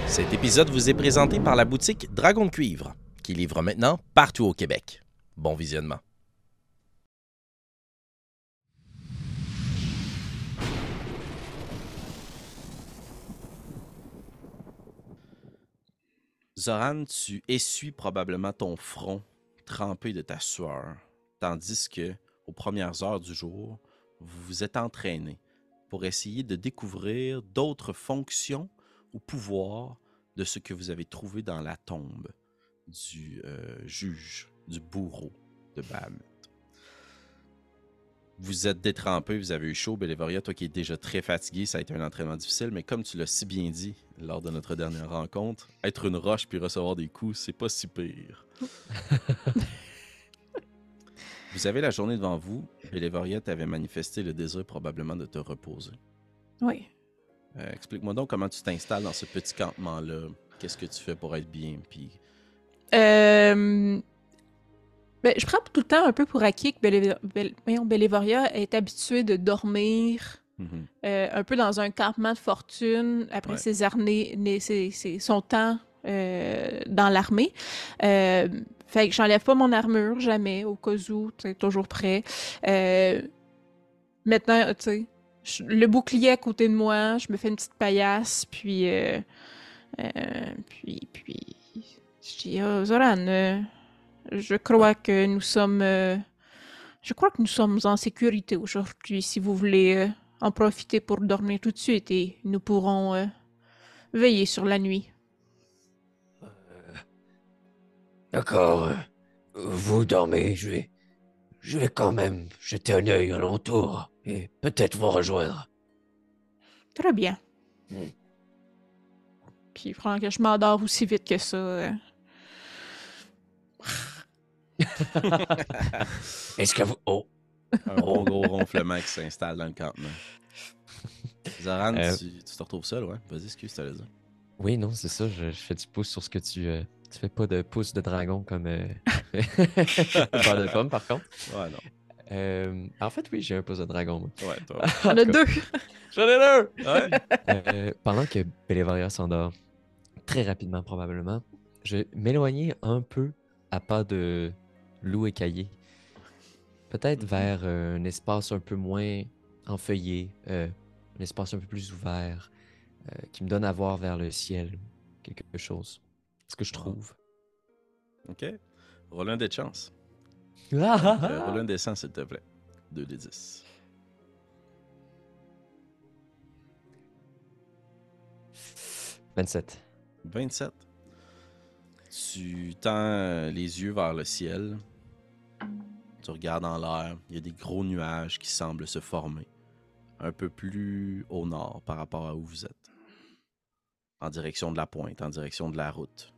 Cet épisode vous est présenté par la boutique Dragon de Cuivre, qui livre maintenant partout au Québec. Bon visionnement. Zoran, tu essuies probablement ton front trempé de ta sueur, tandis que, aux premières heures du jour, vous vous êtes entraîné pour essayer de découvrir d'autres fonctions ou pouvoirs de ce que vous avez trouvé dans la tombe du juge, du bourreau de Bahamut. Vous êtes détrempé, vous avez eu chaud. Bélévoria, toi qui es déjà très fatigué, ça a été un entraînement difficile, mais comme tu l'as si bien dit lors de notre dernière rencontre, être une roche puis recevoir des coups, c'est pas si pire. Vous avez la journée devant vous. Bélévoria t'avait manifesté le désir probablement de te reposer. Oui. Explique-moi donc comment tu t'installes dans ce petit campement-là. Qu'est-ce que tu fais pour être bien, puis... Je prends tout le temps un peu pour acquis que Bélévoria est habitué de dormir un peu dans un campement de fortune après son temps dans l'armée. Fait que j'enlève pas mon armure, jamais, au cas où, toujours prêt. Maintenant, tu sais, le bouclier à côté de moi, je me fais une petite paillasse, puis je dis, oh, Zoran, je crois que nous sommes en sécurité aujourd'hui. Si vous voulez en profiter pour dormir tout de suite, et nous pourrons veiller sur la nuit. D'accord. Vous dormez, je vais quand même jeter un œil alentour et peut-être vous rejoindre. Très bien. Hmm. Puis pendant que je m'endors aussi vite que ça. Est-ce que vous... Oh, Un bon gros ronflement qui s'installe dans le campement. Zoran, tu te retrouves seul, ouais? Vas-y, excuse, t'allais dire. Oui, non, c'est ça. Je fais du pouce sur ce que tu fais pas de pouce de dragon comme beurre de pomme, par contre. Ouais, non. En fait, oui, j'ai un pouce de dragon, moi. Ouais, toi. On a deux. J'en ai deux! Ouais. Pendant que Bélévoria s'endort, très rapidement probablement, je vais m'éloigner un peu à pas de loup écaillé. Peut-être vers un espace un peu moins enfeuillé, un espace un peu plus ouvert, qui me donne à voir vers le ciel, quelque chose. Ce que je trouve. OK. Roule un dé de chance. Ah, Roule un dé 100, s'il te plaît. 2 des 10. « 27. 27. Tu tends les yeux vers le ciel. Tu regardes en l'air. Il y a des gros nuages qui semblent se former. Un peu plus au nord par rapport à où vous êtes. En direction de la pointe, en direction de la route.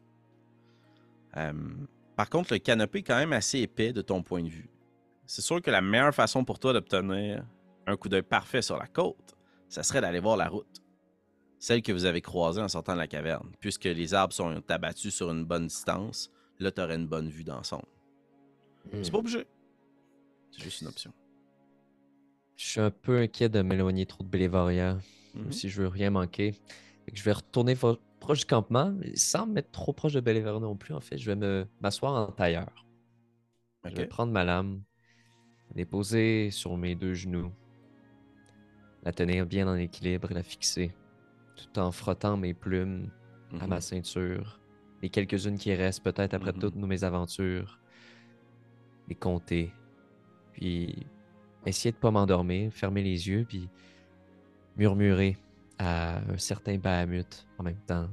Par contre, le canopé est quand même assez épais de ton point de vue. C'est sûr que la meilleure façon pour toi d'obtenir un coup d'œil parfait sur la côte, ça serait d'aller voir la route. Celle que vous avez croisée en sortant de la caverne. Puisque les arbres sont abattus sur une bonne distance, là, tu aurais une bonne vue d'ensemble. C'est pas obligé. C'est juste une option. Je suis un peu inquiet de m'éloigner trop de Bélévoria, Mhm. si je veux rien manquer. Fait que je vais retourner proche du campement, mais sans me mettre trop proche de Bélévoria non plus, en fait. Je vais m'asseoir en tailleur. OK. Je vais prendre ma lame, la poser sur mes deux genoux, la tenir bien en équilibre et la fixer, tout en frottant mes plumes à ma ceinture, les quelques-unes qui restent peut-être après toutes mes aventures, les compter, puis essayer de pas m'endormir, fermer les yeux, puis murmurer à un certain Bahamut en même temps.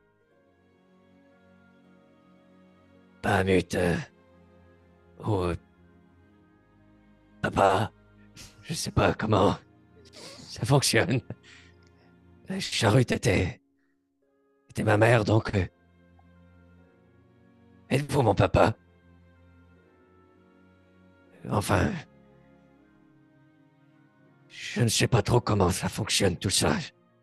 Bahamut, oh, papa, je sais pas comment ça fonctionne. Charut était ma mère, donc... êtes-vous mon papa? Enfin... Je ne sais pas trop comment ça fonctionne tout ça.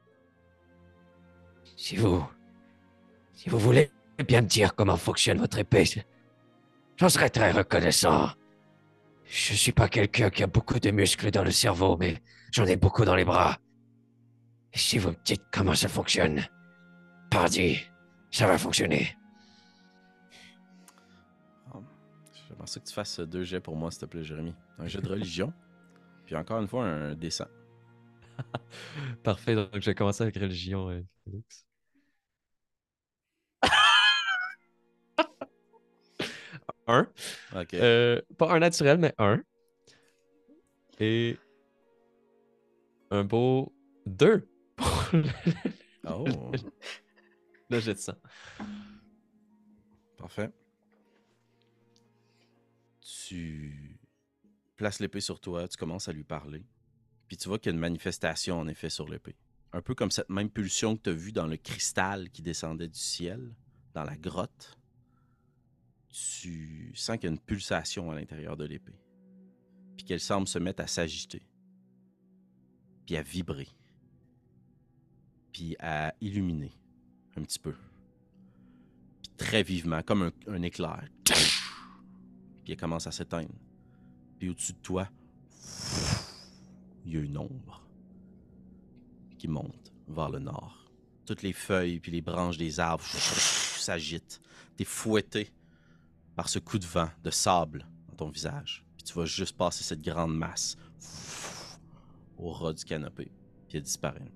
Si vous voulez bien me dire comment fonctionne votre épée, j'en serais très reconnaissant. Je suis pas quelqu'un qui a beaucoup de muscles dans le cerveau, mais j'en ai beaucoup dans les bras. Et si vous me dites comment ça fonctionne, Pardi, ça va fonctionner. J'aimerais ça que tu fasses 2 jets pour moi, s'il te plaît, Jérémy. Un jet de religion, puis encore une fois, un dessin. Parfait, donc je vais commencer avec religion, Félix. Un. OK. Pas un naturel, mais un. Et un beau 2 pour Oh, le jet de sang. parfait. Tu places l'épée sur toi, tu commences à lui parler, puis tu vois qu'il y a une manifestation en effet sur l'épée. Un peu comme cette même pulsion que tu as vue dans le cristal qui descendait du ciel, dans la grotte. Tu sens qu'il y a une pulsation à l'intérieur de l'épée, puis qu'elle semble se mettre à s'agiter, puis à vibrer, puis à illuminer un petit peu, puis très vivement, comme un éclair. Puis elle commence à s'éteindre. Puis au-dessus de toi, il y a une ombre qui monte vers le nord. Toutes les feuilles puis les branches des arbres s'agitent. T'es fouetté par ce coup de vent de sable dans ton visage. Puis tu vas juste passer cette grande masse au ras du canopé. Puis elle disparaît.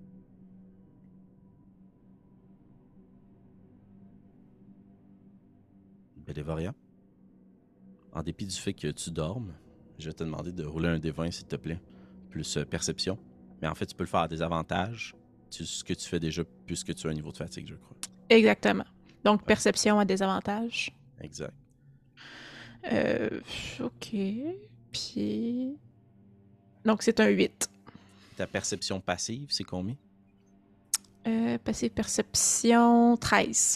Bélévoria, en dépit du fait que tu dormes, je vais te demander de rouler un D20, s'il te plaît, plus perception. Mais en fait, tu peux le faire à des avantages, ce que tu fais déjà, puisque tu as un niveau de fatigue, je crois. Exactement. Donc, perception a des avantages. Exact. OK. Puis... Donc, c'est un 8. Ta perception passive, c'est combien? Passive perception, 13.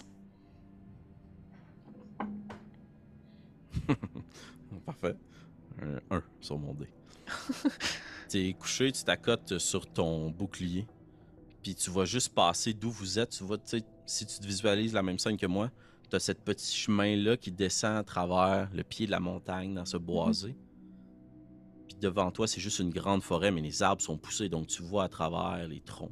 Parfait. Un 1 sur mon dé. T'es couché, tu t'accotes sur ton bouclier, puis tu vas juste passer d'où vous êtes. Tu vois, tu sais, si tu te visualises la même scène que moi, t'as ce petit chemin-là qui descend à travers le pied de la montagne dans ce boisé. Puis devant toi, c'est juste une grande forêt, mais les arbres sont poussés, donc tu vois à travers les troncs.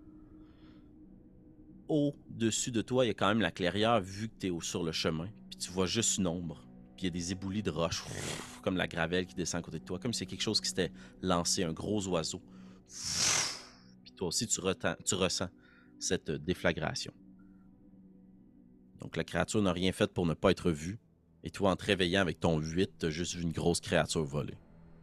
Au-dessus de toi, il y a quand même la clairière, vu que t'es sur le chemin. Puis tu vois juste une ombre. Puis il y a des éboulis de roches, comme la gravelle qui descend à côté de toi, comme si c'est quelque chose qui s'était lancé, un gros oiseau. Puis toi aussi, tu ressens cette déflagration. Donc la créature n'a rien fait pour ne pas être vue. Et toi, en te réveillant avec ton 8, t'as juste vu une grosse créature voler.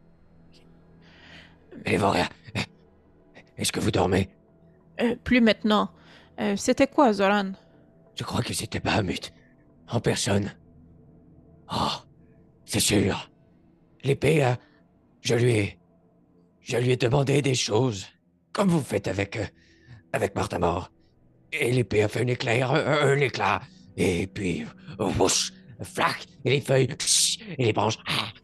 Bélévoria, est-ce que vous dormez? Plus maintenant. C'était quoi, Zoran? Je crois que c'était Bahamut. En personne. Oh, c'est sûr. L'épée, je lui ai demandé des choses. Comme vous faites avec Martha-Mort. Et l'épée a fait un éclair, un éclat. Et puis, whoosh, flac, et les feuilles, et les branches.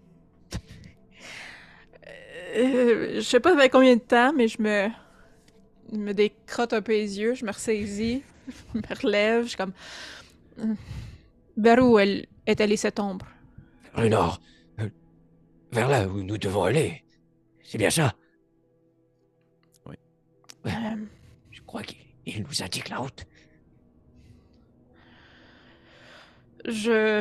Je sais pas avec combien de temps, mais je me décrotte un peu les yeux, je me ressaisis, je me relève, je suis comme... Vers où elle est allée cette ombre? Vers le nord. Vers là où nous devons aller. C'est bien ça? Oui. Je crois qu'il nous indique la route. Je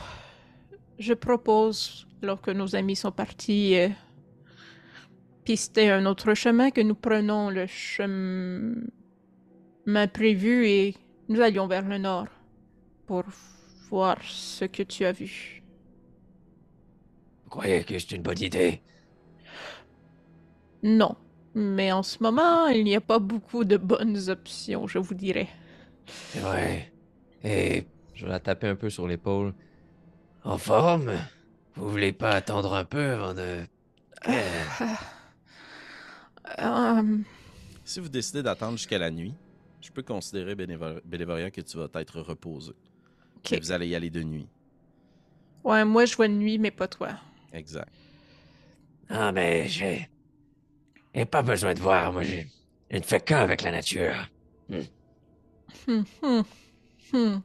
propose, alors que nos amis sont partis pister un autre chemin, que nous prenons le chemin prévu et nous allions vers le nord pour voir ce que tu as vu. Vous croyez que c'est une bonne idée? Non, mais en ce moment, il n'y a pas beaucoup de bonnes options, je vous dirais. C'est vrai. Et Je vais la taper un peu sur l'épaule. en forme? Vous voulez pas attendre un peu avant de... Si vous décidez d'attendre jusqu'à la nuit, je peux considérer, Bélévoria, que tu vas être reposé. Ok. Mais vous allez y aller de nuit. Ouais, moi je vois de nuit, mais pas toi. Exact. Ah, mais j'ai pas besoin de voir. Moi, je ne fais qu'un avec la nature. Hmm, hmm, hmm.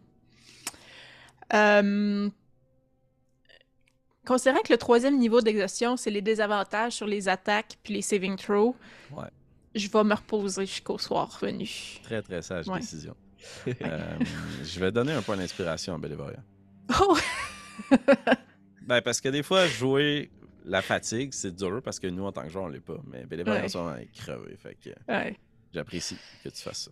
Euh, Considérant que le troisième niveau d'exhaustion, c'est les désavantages sur les attaques puis les saving throws, Ouais. je vais me reposer jusqu'au soir venu. Très, très sage Ouais. décision. Je vais donner un point d'inspiration à Bélévoria. Oh! Ben, parce que des fois, jouer la fatigue, c'est dur parce que nous, en tant que joueur, on l'est pas. Mais Bélévoria, en ce moment, est crevé. Fait que j'apprécie que tu fasses ça.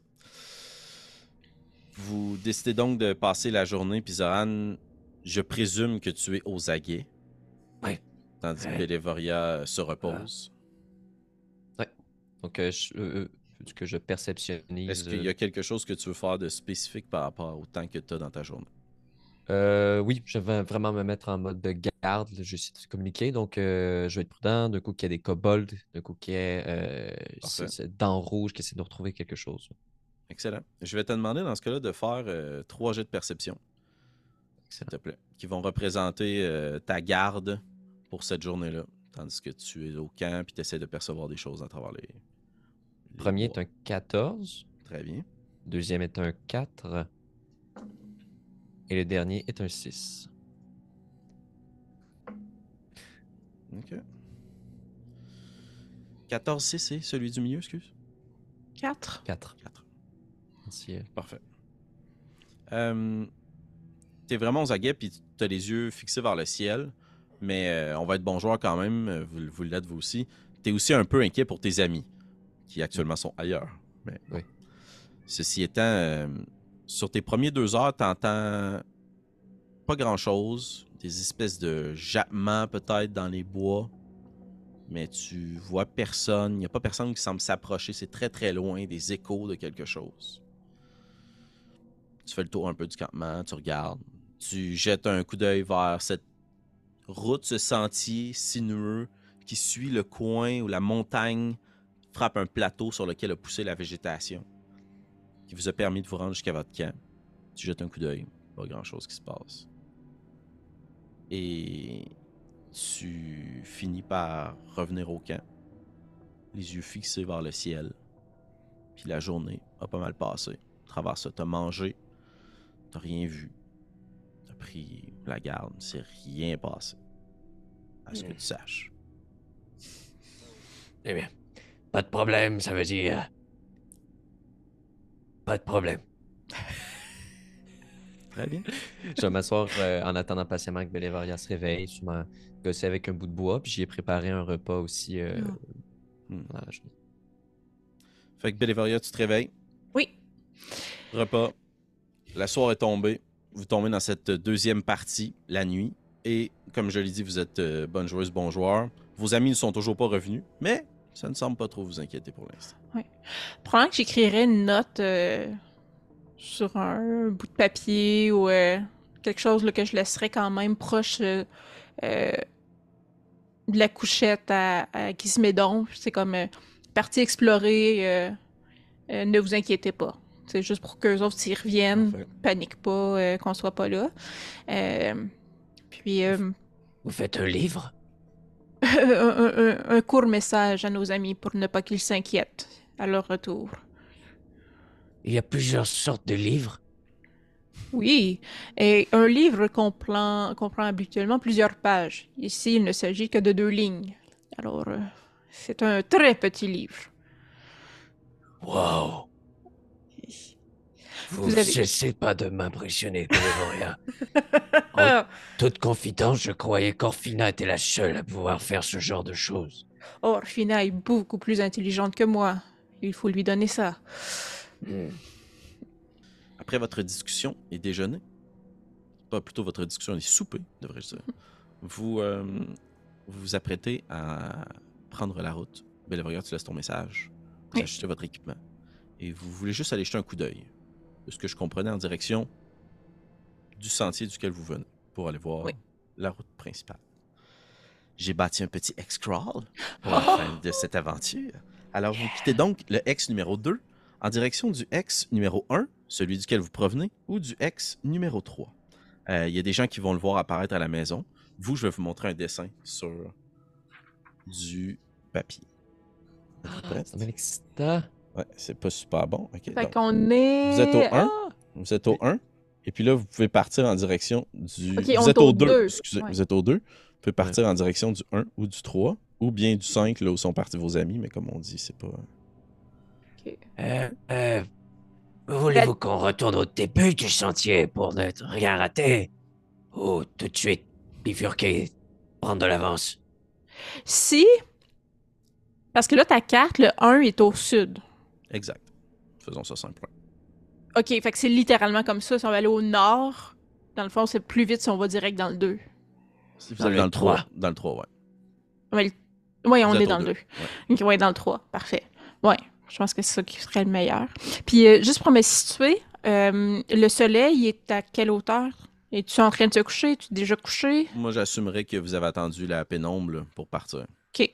Vous décidez donc de passer la journée, puis Zoran, je présume que tu es aux aguets. Oui. Tandis que Bélévoria se repose. Ouais. Donc, que je perceptionnise. Est-ce qu'il y a quelque chose que tu veux faire de spécifique par rapport au temps que tu as dans ta journée? Oui, je vais vraiment me mettre en mode de garde. Là, je vais essayer de communiquer, donc je vais être prudent. D'un coup, qu'il y a des kobolds, d'un coup, qu'il y a cette dent rouge qui essaie de retrouver quelque chose. Excellent. Je vais te demander dans ce cas-là de faire 3 jets de perception, s'il te plaît, qui vont représenter ta garde pour cette journée-là, tandis que tu es au camp et tu essaies de percevoir des choses à travers les Premier bois. est un 14. Très bien. Deuxième est un 4. Et le dernier est un 6. OK. 14-6, c'est celui du milieu, excuse? 4. 4. Merci. Parfait. T'es vraiment aux aguets, puis t'as les yeux fixés vers le ciel, mais on va être bon joueur quand même, vous l'êtes vous aussi. T'es aussi un peu inquiet pour tes amis, qui actuellement sont ailleurs. Mais oui. Ceci étant, sur tes premiers 2 heures, t'entends pas grand-chose, des espèces de jappements peut-être dans les bois, mais tu vois personne, il n'y a pas personne qui semble s'approcher, c'est très très loin, des échos de quelque chose. Tu fais le tour un peu du campement, tu regardes, tu jettes un coup d'œil vers cette route, ce sentier sinueux qui suit le coin où la montagne frappe un plateau sur lequel a poussé la végétation, qui vous a permis de vous rendre jusqu'à votre camp. Tu jettes un coup d'œil, pas grand-chose qui se passe. Et tu finis par revenir au camp, les yeux fixés vers le ciel. Puis la journée a pas mal passé. À travers ça, t'as mangé, t'as rien vu. T'as pris la garde, c'est rien passé. À ce que tu saches. Eh bien, pas de problème, ça veut dire... Pas de problème. Très bien. Je vais m'asseoir en attendant patiemment que Bélévaria se réveille. Je m'en gossé avec un bout de bois, puis j'y ai préparé un repas aussi. Dans la journée. Fait que Bélévaria, tu te réveilles. Oui. Repas. La soirée est tombée. Vous tombez dans cette deuxième partie, la nuit. Et comme je l'ai dit, vous êtes bonne joueuse, bon joueur. Vos amis ne sont toujours pas revenus, mais ça ne semble pas trop vous inquiéter pour l'instant. Oui. Probablement que j'écrirais une note sur un bout de papier ou quelque chose là, que je laisserais quand même proche de la couchette à Gizmédon. C'est comme partie explorer, ne vous inquiétez pas. C'est juste pour qu'eux autres, s'ils reviennent, paniquent pas, qu'on soit pas là. Puis... Vous faites un livre? un court message à nos amis pour ne pas qu'ils s'inquiètent à leur retour. Il y a plusieurs sortes de livres? Oui, et un livre comprend habituellement plusieurs pages. Ici, il ne s'agit que de 2 lignes. Alors, c'est un très petit livre. Wow! Vous ne cessez pas de m'impressionner, Bélévoria. En toute confidence, je croyais qu'Orfina était la seule à pouvoir faire ce genre de choses. Orfina est beaucoup plus intelligente que moi. Il faut lui donner ça. Après votre discussion et déjeuner, pas plutôt votre discussion et souper, devrais-je dire, vous vous apprêtez à prendre la route. Bélévoria, tu laisses ton message. Vous achetez votre équipement. Et vous voulez juste aller jeter un coup d'œil. De ce que je comprenais en direction du sentier duquel vous venez pour aller voir la route principale. J'ai bâti un petit X-crawl pour la fin de cette aventure. Alors, vous quittez donc le X numéro 2 en direction du X numéro 1, celui duquel vous provenez, ou du X numéro 3. Il y a des gens qui vont le voir apparaître à la maison. Vous, je vais vous montrer un dessin sur du papier. C'est bien excitant. Ouais, c'est pas super bon. Okay, fait donc, qu'on est... vous êtes au 1. Vous êtes au 1. Et puis là, vous pouvez partir en direction du... Okay, vous êtes au 2. 2. Excusez, vous êtes au 2. Vous pouvez partir en direction du 1 ou du 3. Ou bien du 5, là où sont partis vos amis. Mais comme on dit, c'est pas... Vous voulez Voulez-vous qu'on retourne au début du sentier pour ne rien rater? Ou tout de suite bifurquer, prendre de l'avance? Si, parce que là, ta carte, le 1 est au sud. Exact. Faisons ça simplement. OK, fait que c'est littéralement comme ça. Si on va aller au nord, dans le fond, c'est plus vite si on va direct dans le 2. Si vous allez dans le 3. Dans le 3, ouais. Oui, on Vous est êtes dans au le 2. Ouais. OK, ouais, dans le 3. Parfait. Ouais, je pense que c'est ça qui serait le meilleur. Puis, juste pour me situer, le soleil, il est à quelle hauteur? Es-tu en train de se coucher? Es-tu déjà couché? Moi, j'assumerais que vous avez attendu la pénombre là, pour partir. OK.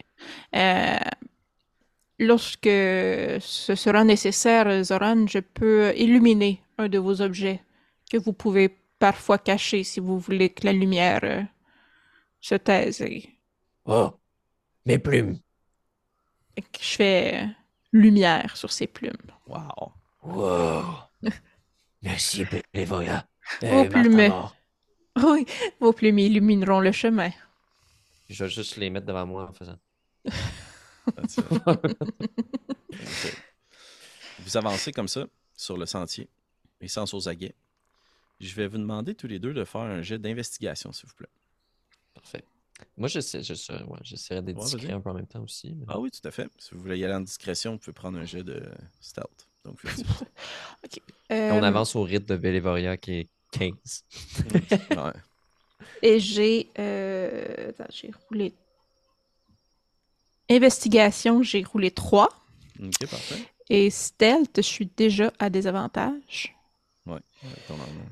Lorsque ce sera nécessaire, Zoran, je peux illuminer un de vos objets que vous pouvez parfois cacher si vous voulez que la lumière se taise. Oh, mes plumes. Et que je fais lumière sur ces plumes. Wow. Wow. Merci, Bélévoria. Vos plumes, Martin-Mort. oui, vos plumes illumineront le chemin. Je vais juste les mettre devant moi en faisant. That's it. Ok. Vous avancez comme ça sur le sentier, et sans aux aguets. Je vais vous demander tous les deux de faire un jet d'investigation, s'il vous plaît. Parfait. Moi, j'essaierai d'être Ouais, discret vas-y. un peu en même temps aussi. mais- Ah oui, tout à fait. Si vous voulez y aller en discrétion, vous pouvez prendre un jet de stealth. Donc, faites On avance au rythme de Bélévoria qui est 15. Ouais. Et j'ai... attends, j'ai roulé... Investigation, j'ai roulé 3. Ok, parfait. Et stealth, je suis déjà à désavantage. Ouais, ton arme.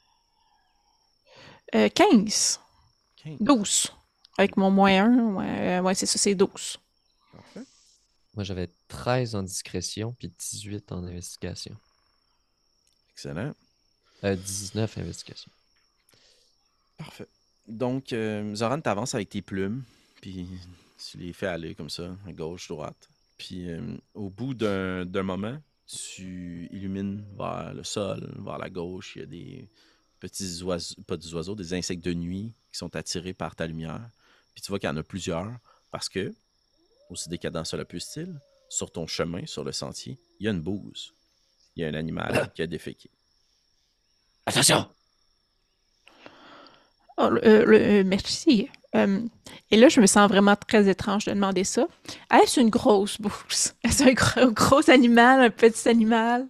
15. 15. 12. Avec mon moins 1. Ouais, c'est ça, c'est 12. Parfait. Moi, j'avais 13 en discrétion puis 18 en investigation. Excellent. 19 investigation. Parfait. Donc, Zoran, t'avances avec tes plumes, puis tu les fais aller comme ça, à gauche, droite. Puis, au bout d'un moment, tu illumines vers le sol, vers la gauche. Il y a des petits oiseaux, pas des oiseaux, des insectes de nuit qui sont attirés par ta lumière. Puis tu vois qu'il y en a plusieurs, parce que, aussi décadent cela puisse-t-il, sur ton chemin, sur le sentier, il y a une bouse. Il y a un animal qui a déféqué. Attention! Oh, merci. Et là, je me sens vraiment très étrange de demander ça. Est-ce une grosse bouse? Est-ce un gros animal, un petit animal?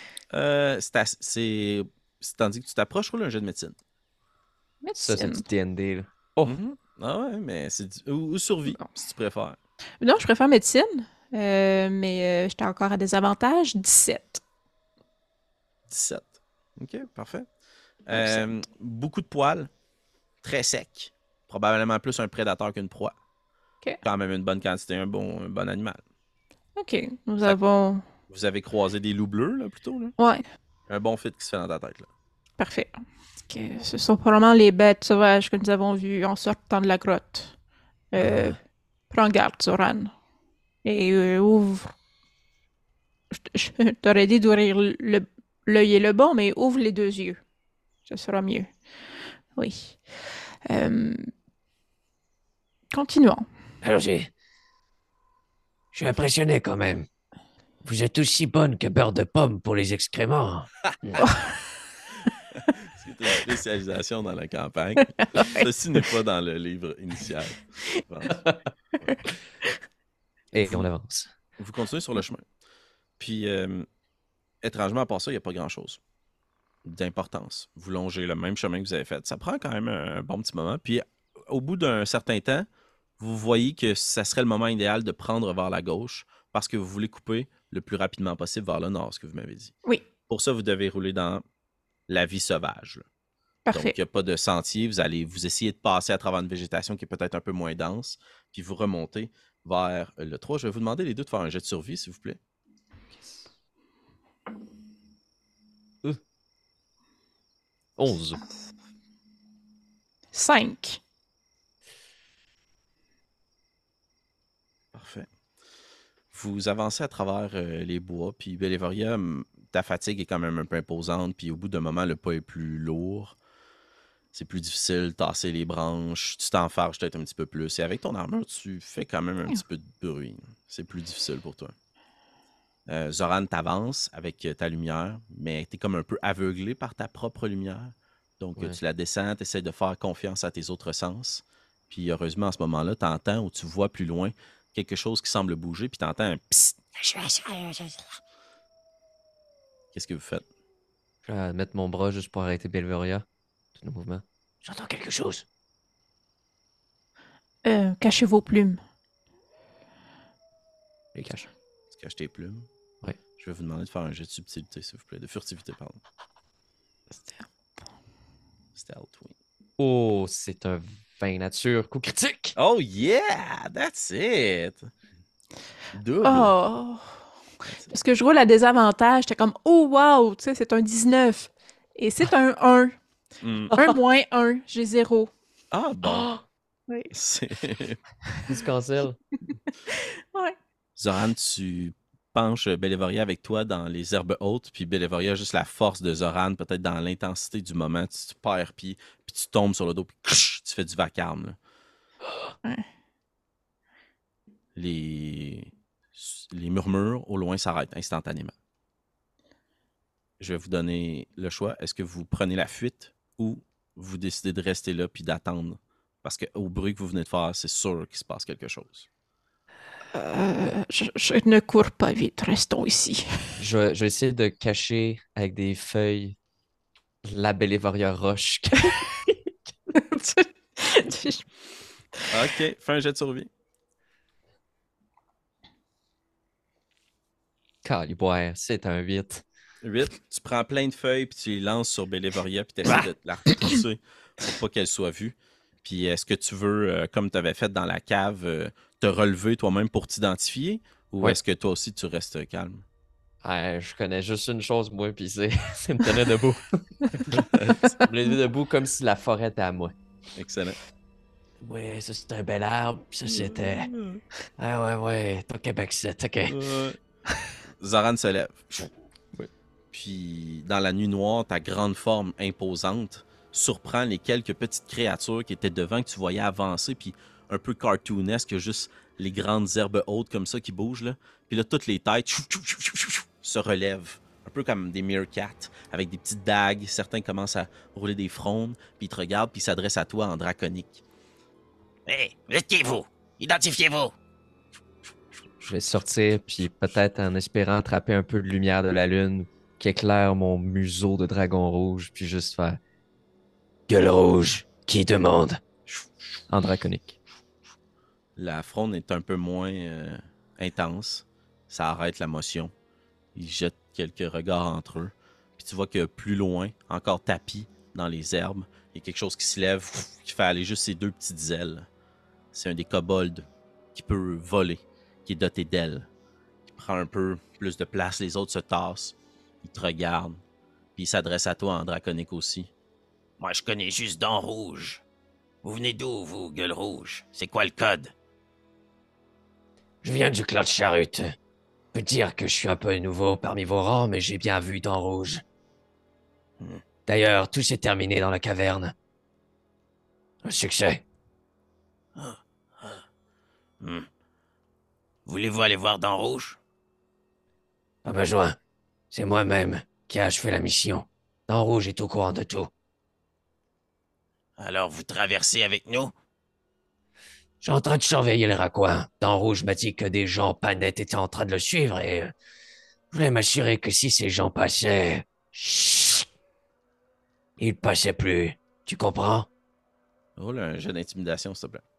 Tandis que tu t'approches, roule un jeu de médecine. Ça, c'est Médecine. du TND, là. Oh. Ah ouais, mais c'est ou survie, Non. si tu préfères. Non, je préfère médecine, mais j'étais encore à désavantage. 17. 17. OK, parfait. Donc, Beaucoup de poils, très sec. Probablement plus un prédateur qu'une proie. OK. Quand même une bonne quantité, un bon animal. OK, nous Ça- avons... Vous avez croisé des loups bleus, là, plutôt, là? Ouais, Un bon fit qui se fait dans ta tête, là. parfait. OK, ce sont probablement les bêtes sauvages que nous avons vues en sortant de la grotte. Prends garde, Zoran. Et ouvre... Je t'aurais dit d'ouvrir l'œil et le bon, mais ouvre les 2 yeux. Ce sera mieux. Oui. Continuons. Alors, je suis impressionné quand même. Vous êtes aussi bonne que beurre de pomme pour les excréments. C'est une spécialisation dans la campagne. Ceci n'est pas dans le livre initial. je pense. Et on avance. Vous continuez sur le chemin. Puis, étrangement, à part ça, il n'y a pas grand-chose d'importance. Vous longez le même chemin que vous avez fait. Ça prend quand même un bon petit moment. Puis, au bout d'un certain temps, vous voyez que ça serait le moment idéal de prendre vers la gauche parce que vous voulez couper le plus rapidement possible vers le nord, ce que vous m'avez dit. Oui, Pour ça, vous devez rouler dans la vie sauvage, là. parfait. Donc, il n'y a pas de sentier. Vous allez vous essayer de passer à travers une végétation qui est peut-être un peu moins dense, puis vous remontez vers le 3. Je vais vous demander les deux de faire un jet de survie, s'il vous plaît. 11. 5. Parfait. Vous avancez à travers les bois, puis Bélévoria, ta fatigue est quand même un peu imposante, puis au bout d'un moment, le pas est plus lourd. C'est plus difficile de tasser les branches, tu t'enfarges peut-être un petit peu plus. Et avec ton armure, tu fais quand même un petit peu de bruit. C'est plus difficile pour toi. Zoran t'avance avec ta lumière, mais t'es comme un peu aveuglé par ta propre lumière. Donc, tu la descends, tu essaies de faire confiance à tes autres sens. Puis, heureusement, à ce moment-là, tu entends ou tu vois plus loin quelque chose qui semble bouger, puis tu entends un psst. Qu'est-ce que vous faites? Je vais mettre mon bras juste pour arrêter Belveria. Tout le mouvement. J'entends quelque chose. Cachez vos plumes. Je les cache. Tu caches tes plumes? Ouais. Je vais vous demander de faire un jet de subtilité, s'il vous plaît. De furtivité, pardon. Stealth, oui. Oh, c'est un 20 nature. Coup critique! Oh yeah! That's it! Double! Oh! Parce que je roule à désavantage. J'étais comme, oh wow! Tu sais, c'est un 19. Et c'est un 1. Un moins 1. J'ai 0. Ah bon! Oui. C'est... Il se cancelle. Ouais. Zoran, tu penches Bellevoria avec toi dans les herbes hautes, puis Bellevoria, juste la force de Zoran, peut-être dans l'intensité du moment, tu perds pied, puis tu tombes sur le dos, puis tu fais du vacarme. Là. Ouais. Les murmures au loin s'arrêtent instantanément. Je vais vous donner le choix. Est-ce que vous prenez la fuite ou vous décidez de rester là puis d'attendre? Parce qu'au bruit que vous venez de faire, c'est sûr qu'il se passe quelque chose. Je ne cours pas vite. Restons ici. Je vais essayer de cacher avec des feuilles la Bellevoria roche. OK, fais un jet de survie. Caliboire, c'est un 8. 8. Tu prends plein de feuilles puis tu les lances sur Bellevoria puis tu essaies de la repousser pour pas qu'elle soit vue. Puis est-ce que tu veux, comme tu avais fait dans la cave, te relever toi-même pour t'identifier ou est-ce que toi aussi tu restes calme? Je connais juste une chose, moi, puis c'est me tenir debout. Me lever debout comme si la forêt était à moi. Excellent. Ouais, ça c'est un bel arbre. Ça c'était. Ah ouais, t'es au Québec, c'est ok. Zoran se lève. Oui. Puis, dans la nuit noire, ta grande forme imposante surprend les quelques petites créatures qui étaient devant, que tu voyais avancer, puis un peu cartoonesque, juste les grandes herbes hautes comme ça qui bougent. Là. Puis là, toutes les têtes se relèvent, un peu comme des meerkats, avec des petites dagues. Certains commencent à rouler des frondes, puis ils te regardent, puis ils s'adressent à toi en draconique. Hé, qui vous? Identifiez-vous! Je vais sortir, puis peut-être en espérant attraper un peu de lumière de la lune qui éclaire mon museau de dragon rouge, puis juste faire Gueule rouge, qui demande? en draconique. La fronde est un peu moins intense. Ça arrête la motion. Ils jettent quelques regards entre eux. Puis tu vois que plus loin, encore tapis dans les herbes, il y a quelque chose qui se lève, qui fait aller juste ses deux petites ailes. C'est un des kobolds qui peut voler, qui est doté d'ailes. Il prend un peu plus de place, les autres se tassent. Il te regarde, puis il s'adresse à toi en draconique aussi. Moi, je connais juste Dents Rouge. Vous venez d'où, vous, Gueule Rouge? C'est quoi le code? Je viens du clan de Charute. Je peux dire que je suis un peu nouveau parmi vos rangs, mais j'ai bien vu Dents Rouge. D'ailleurs, tout s'est terminé dans la caverne. Un succès. Voulez-vous aller voir Dents Rouge? Pas besoin. C'est moi-même qui ai achevé la mission. Dents Rouge est au courant de tout. Alors vous traversez avec nous? Je suis en train de surveiller les raccoins. Dents Rouge m'a dit que des gens pas nets étaient en train de le suivre et... je voulais m'assurer que si ces gens passaient... Chut, ils passaient plus. Tu comprends? Roule un jeu d'intimidation, s'il te plaît.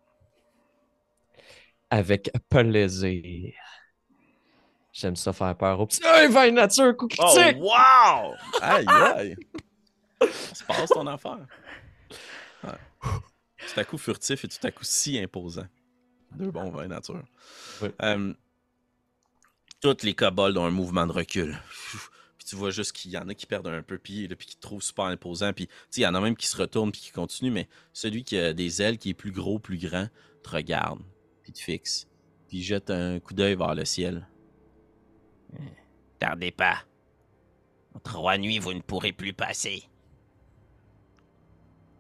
Avec plaisir. J'aime ça faire peur au petit. Hey, 20 nature, coup critique! Oh, wow! Aïe, aïe! Ça se passe ton affaire. Ouais. Tout à coup furtif et tout à coup si imposant. Deux bons vins nature. Oui. Toutes les kobolds ont un mouvement de recul. Puis tu vois juste qu'il y en a qui perdent un peu pied, puis qui te trouvent super imposant. Puis il y en a même qui se retournent puis qui continuent, mais celui qui a des ailes, qui est plus gros, plus grand, te regarde, puis te fixe. Puis il jette un coup d'œil vers le ciel. Tardez pas. En 3 nuits, vous ne pourrez plus passer.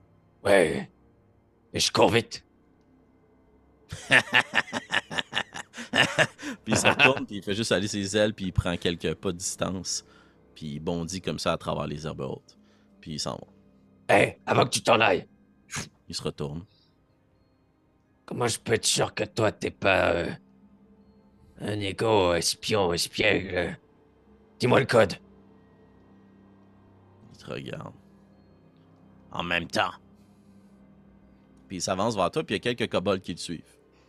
Ouais. Et je cours vite. Puis il se retourne, puis il fait juste aller ses ailes, puis il prend quelques pas de distance. Puis il bondit comme ça à travers les herbes hautes. Puis il s'en va. Hé, avant que tu t'en ailles, Il se retourne. comment je peux être sûr que toi, t'es pas un égo espiègle? Dis-moi le code. Il te regarde. En même temps. Puis il s'avance vers toi, puis il y a quelques kobolds qui le suivent.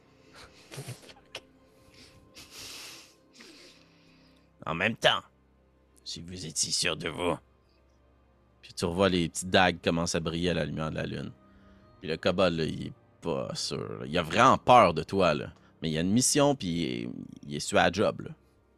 En même temps. Si vous étiez sûr de vous. Puis tu revois les petites dagues commencent à briller à la lumière de la lune. Puis le kobold, là, il est pas sûr. Là. Il a vraiment peur de toi, là. Mais il y a une mission, puis il est sur la job, là.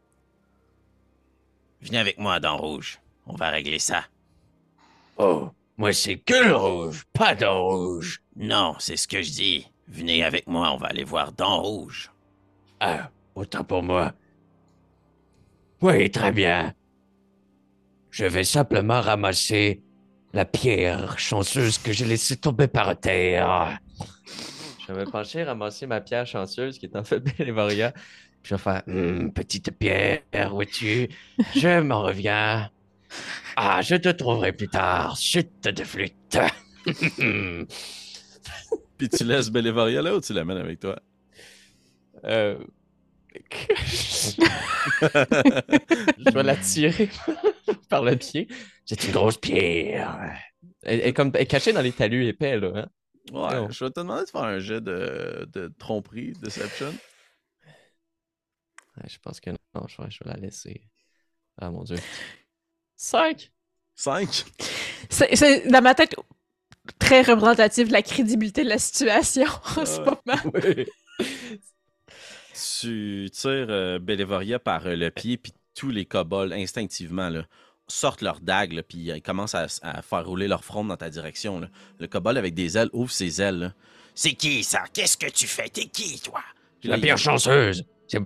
Venez avec moi, Dent Rouge. On va régler ça. Oh, moi c'est Gueule Rouge, pas Dent Rouge. Non, c'est ce que je dis. Venez avec moi, on va aller voir Dent Rouge. Ah, autant pour moi. Oui, très bien. Je vais simplement ramasser la pierre chanceuse que j'ai laissée tomber par terre. Je vais me pencher, ramasser ma pierre chanceuse qui est en fait Bélévoria. Je vais faire petite pierre, où es-tu? Je m'en reviens. Ah, je te trouverai plus tard, chute de flûte. Puis tu laisses Bélévoria là ou tu l'amènes avec toi? Je vais la tirer par le pied. C'est une grosse pierre. Elle est cachée dans les talus épais, là. Hein? Ouais, Oh. je vais te demander de faire un jet de tromperie, deception. Ouais, je pense que non, je vais la laisser. Ah mon dieu. 5! 5. C'est dans ma tête très représentatif de la crédibilité de la situation en ce Ouais. moment. Oui. Tu tires Bélévoria par le pied, puis tous les kobolds, instinctivement, là, sortent leurs dagues, là, puis ils commencent à faire rouler leur front dans ta direction. Là. Le kobold avec des ailes ouvre ses ailes. Là. C'est qui, ça? Qu'est-ce que tu fais? T'es qui, toi? Puis La là, pierre chanceuse.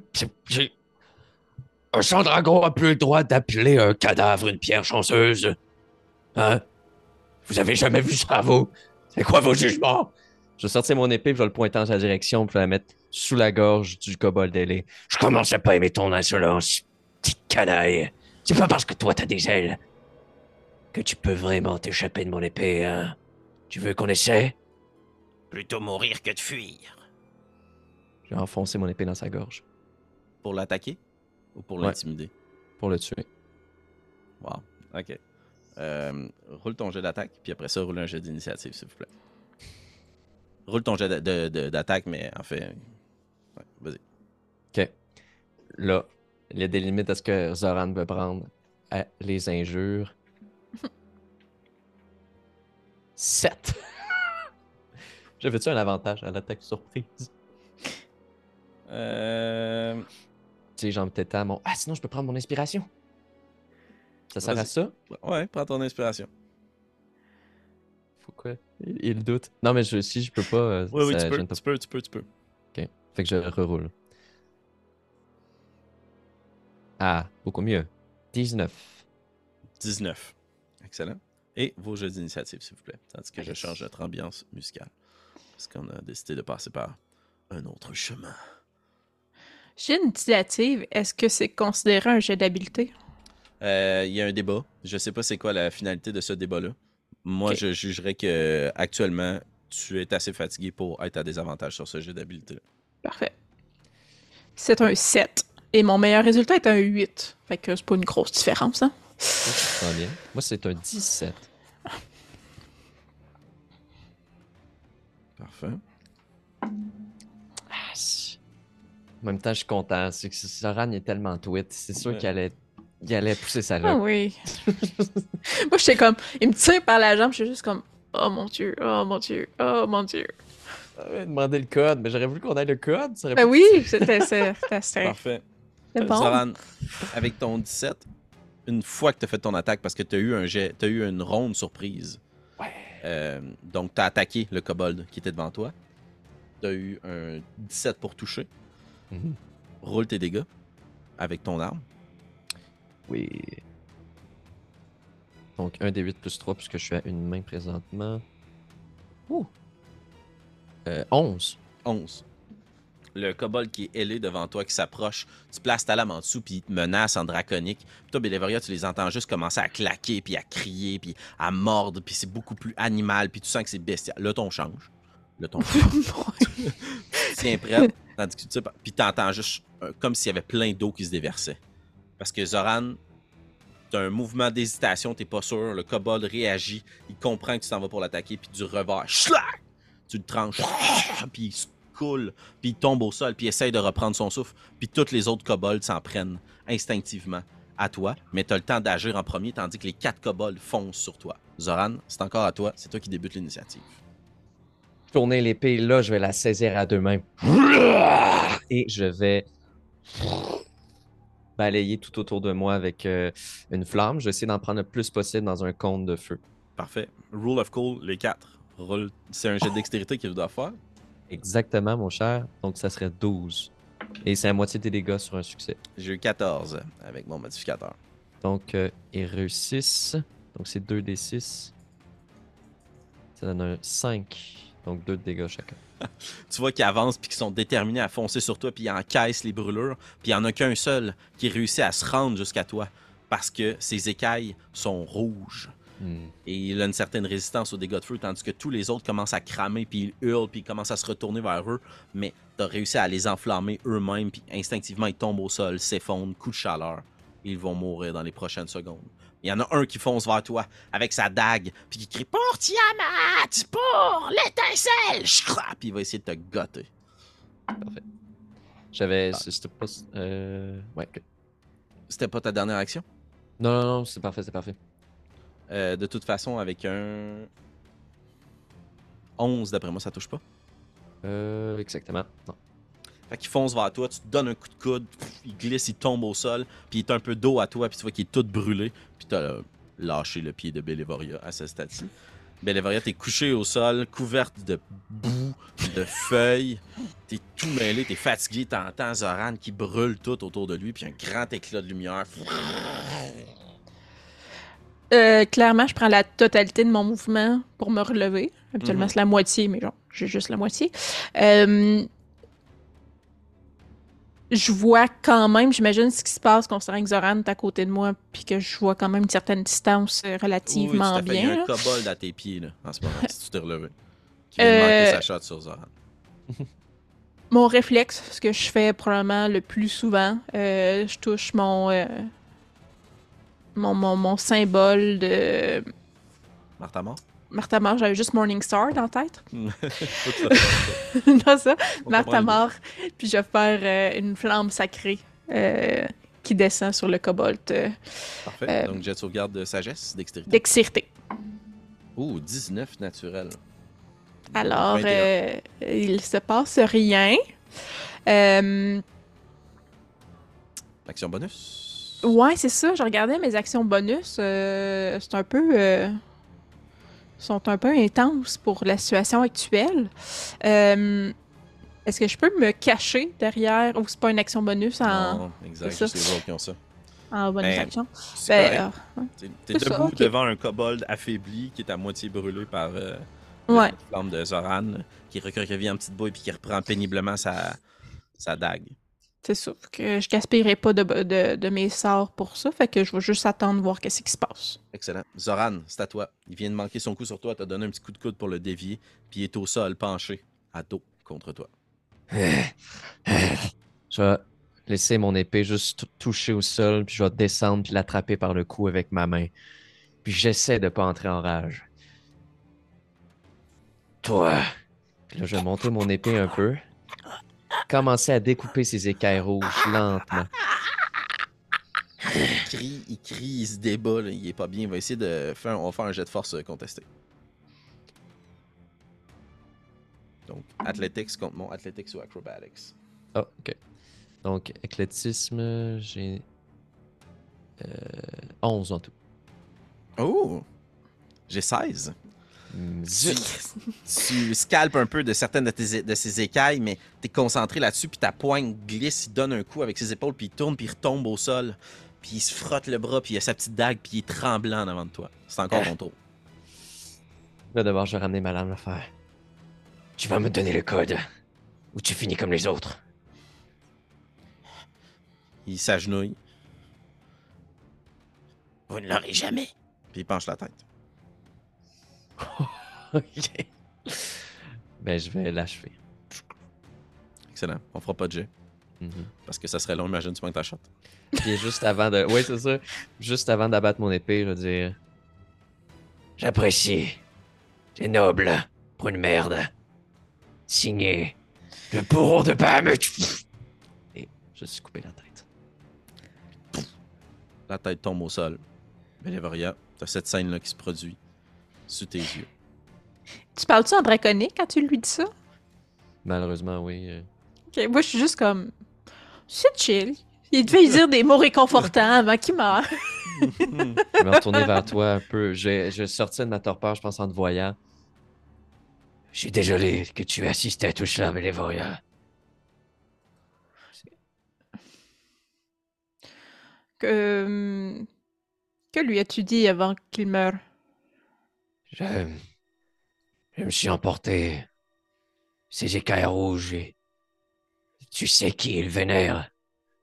Un sang-dragon a plus le droit d'appeler un cadavre une pierre chanceuse. Hein? Vous avez jamais vu ça, vous? C'est quoi vos jugements? Je vais sortir mon épée, puis je vais le pointer dans sa direction, puis je vais la mettre sous la gorge du kobold ailé. Je commence à pas aimer ton insolence, petite canaille. C'est pas parce que toi t'as des ailes que tu peux vraiment t'échapper de mon épée, hein? Tu veux qu'on essaie? Plutôt mourir que de fuir. Je vais enfoncer mon épée dans sa gorge pour l'attaquer ou pour Ouais. l'intimider? pour le tuer. Wow, ok. Roule ton jet d'attaque, puis après ça, roule un jet d'initiative, s'il vous plaît. Roule ton jet d'attaque, mais en fait... Ouais, vas-y. OK. Là, il y a des limites à ce que Zoran veut prendre. À les injures. 7. J'avais-tu un avantage à l'attaque surprise? Tu sais, j'en peut-être à mon... Ah, sinon, je peux prendre mon inspiration. Ça sert à Vas-y. ça? Ouais, prends ton inspiration. Faut quoi? Il doute. Non, mais si je peux pas... Oui, ça tu peux, gêne pas. tu peux. OK. Fait que je reroule. Ah, beaucoup mieux. 19. 19. Excellent. Et vos jeux d'initiative, s'il vous plaît. Tandis que je change notre ambiance musicale. Parce qu'on a décidé de passer par un autre chemin. J'ai une initiative. Est-ce que c'est considéré un jet d'habileté? Il y a un débat. Je sais pas c'est quoi la finalité de ce débat-là. Moi, Ok. je jugerais que actuellement, tu es assez fatigué pour être à désavantage sur ce jeu d'habileté. Parfait. C'est un 7. Et mon meilleur résultat est un 8. Fait que c'est pas une grosse différence, hein? Ça, je sens bien. Moi, c'est un 17. Parfait. Ah, en même temps, je suis content. C'est que Zoran est tellement tweet. C'est sûr Ouais. qu'il allait pousser sa Ah loque. oui. Moi, j'étais comme... Il me tire par la jambe, je suis juste comme... Oh mon Dieu, oh mon Dieu, oh mon Dieu. J'avais demandé le code, mais j'aurais voulu qu'on ait le code. Ça aurait Ben pu- oui, c'était Parfait. bon. Zoran, avec ton 17, une fois que tu as fait ton attaque, parce que tu as eu un jet, tu as eu une ronde surprise. Ouais. Donc, tu as attaqué le kobold qui était devant toi. Tu as eu un 17 pour toucher. Mhm. Roule tes dégâts avec ton arme. Oui. Donc, 1 des 8 plus 3, puisque je suis à une main présentement. Ouh. 11. 11. Le kobold qui est ailé devant toi, qui s'approche, tu places ta lame en dessous, puis il te menace en draconique. Puis toi, Bélévoria, tu les entends juste commencer à claquer, puis à crier, puis à mordre, puis c'est beaucoup plus animal, puis tu sens que c'est bestial. Là, ton change. Là, ton change. Tu te tiens prête, tandis que tu sais pas. Puis t'entends juste comme s'il y avait plein d'eau qui se déversait. Parce que Zoran, t'as un mouvement d'hésitation, t'es pas sûr. Le kobold réagit, il comprend que tu t'en vas pour l'attaquer, puis du revers, schlac! Tu le tranches, puis il se coule, puis il tombe au sol, puis il essaye de reprendre son souffle, puis tous les autres kobolds s'en prennent instinctivement à toi, mais t'as le temps d'agir en premier, tandis que les 4 kobolds foncent sur toi. Zoran, c'est encore à toi, c'est toi qui débute l'initiative. Tourner l'épée, là, je vais la saisir à deux mains. Et je vais balayer tout autour de moi avec une flamme. Je vais essayer d'en prendre le plus possible dans un cône de feu. Parfait. Rule of cool, les 4. C'est un jet de dextérité qu'il doit faire. Exactement, mon cher. Donc, ça serait 12. Et c'est la moitié des dégâts sur un succès. J'ai eu 14 avec mon modificateur. Donc, ils réussissent. Donc, c'est 2d6. Ça donne un 5. Donc, 2 de dégâts chacun. Tu vois qu'ils avancent puis qu'ils sont déterminés à foncer sur toi puis ils encaissent les brûlures. Puis il n'y en a qu'un seul qui réussit à se rendre jusqu'à toi parce que ses écailles sont rouges. Et il a une certaine résistance aux dégâts de feu, tandis que tous les autres commencent à cramer, puis ils hurlent, puis ils commencent à se retourner vers eux. Mais tu as réussi à les enflammer eux-mêmes, puis instinctivement, ils tombent au sol, s'effondrent, coup de chaleur. Et ils vont mourir dans les prochaines secondes. Il y en a un qui fonce vers toi avec sa dague, puis qui crie « Pour Tiamat! Pour l'étincelle! » Puis il va essayer de te gotter. Parfait. J'avais... C'était pas... Ouais, ok. C'était pas ta dernière action? Non, c'est parfait, c'est parfait. De toute façon, avec un 11, d'après moi, ça touche pas. Exactement. Non. Fait qu'il fonce vers toi, tu te donnes un coup de coude, il glisse, il tombe au sol, puis il est un peu dos à toi, puis tu vois qu'il est tout brûlé, puis t'as lâché le pied de Bélévoria à ce stade-ci. Bélévoria, t'es couché au sol, couverte de boue, de feuilles, t'es tout mêlé, t'es fatigué, t'entends Zoran qui brûle tout autour de lui, puis un grand éclat de lumière. Clairement, je prends la totalité de mon mouvement pour me relever. Habituellement, c'est la moitié, mais genre, j'ai juste la moitié. Je vois quand même, j'imagine ce qui se passe considérant que Zoran est à côté de moi, puis que je vois quand même une certaine distance relativement oui, tout à fait. bien. Il y a un kobold à tes pieds, là, en ce moment, si tu t'es relevé. Qui vient de manquer sa shot sur Zoran. Mon réflexe, ce que je fais probablement le plus souvent, je touche mon symbole de... Martha-Mort? Martha-Mort, j'avais juste Morningstar dans la tête. Non, ça. Martha-Mort. Puis je vais faire une flamme sacrée qui descend sur le kobold. Parfait. Donc, jet de sauvegarde de sagesse, dextérité. Dextérité. Ouh, 19 naturel. Alors, 21. il se passe rien. Action bonus? Ouais, c'est ça. Je regardais mes actions bonus. C'est un peu... sont un peu intenses pour la situation actuelle. Est-ce que je peux me cacher derrière ou c'est pas une action bonus en... Non, exact. C'est les autres qui ont ça. En bonus action. C'est correct. T'es c'est debout ça, ok. devant un kobold affaibli qui est à moitié brûlé par Ouais. la flamme de Zoran, qui recroqueville en petite bouille puis qui reprend péniblement sa dague. C'est ça. Que je gaspillerai pas de mes sorts pour ça. Fait que je vais juste attendre voir qu'est-ce qui se passe. Excellent. Zoran, c'est à toi. Il vient de manquer son coup sur toi. T'as donné un petit coup de coude pour le dévier. Puis il est au sol, penché, à dos contre toi. Je vais laisser mon épée juste toucher au sol, puis je vais descendre puis l'attraper par le cou avec ma main. Puis j'essaie de pas entrer en rage. Toi. Puis là, je vais monter mon épée un peu. Commencer à découper ses écailles rouges lentement. Il crie, il se débat, là, il est pas bien. Il va essayer de faire, on va faire un jet de force contesté. Donc, athletics contre mon athletics ou acrobatics. Oh, ok. Donc, athlétisme, j'ai 11 en tout. Oh! J'ai 16. Zut! Tu scalpes un peu de certaines de ses écailles, mais t'es concentré là-dessus, puis ta poigne glisse, il donne un coup avec ses épaules, puis il tourne, puis il retombe au sol, puis il se frotte le bras, puis il a sa petite dague, puis il est tremblant en avant de toi. C'est encore ton tour. Là, d'abord, je vais ramener ma lame à faire. Tu vas me donner le code. ou tu finis comme les autres. Il s'agenouille, Vous ne l'aurez jamais. puis il penche la tête. Ok. Ben, je vais l'achever. Excellent. On fera pas de jet. Mhm. Parce que ça serait long, imagine, tu manques ta shot. Puis juste avant de. Oui, c'est ça. Juste avant d'abattre mon épée, je vais dire. J'apprécie. C'est noble pour une merde. Signé le bourreau de Bahamut. Et je suis coupé la tête. La tête tombe au sol. Bélévoria, t'as cette scène-là qui se produit sous tes yeux. Tu parles-tu en draconique quand tu lui dis ça? Malheureusement, oui. Ok, moi, je suis juste comme... C'est chill. Il devait lui dire des mots réconfortants avant qu'il meure. Je vais me retourner vers toi un peu. Je sortais de ma torpeur, je pense, en te voyant. Je suis désolé que tu aies assisté à tout cela, Bélévoria. Que lui as-tu dit avant qu'il meure? Je me suis emporté ces écailles rouges et tu sais qui il vénère.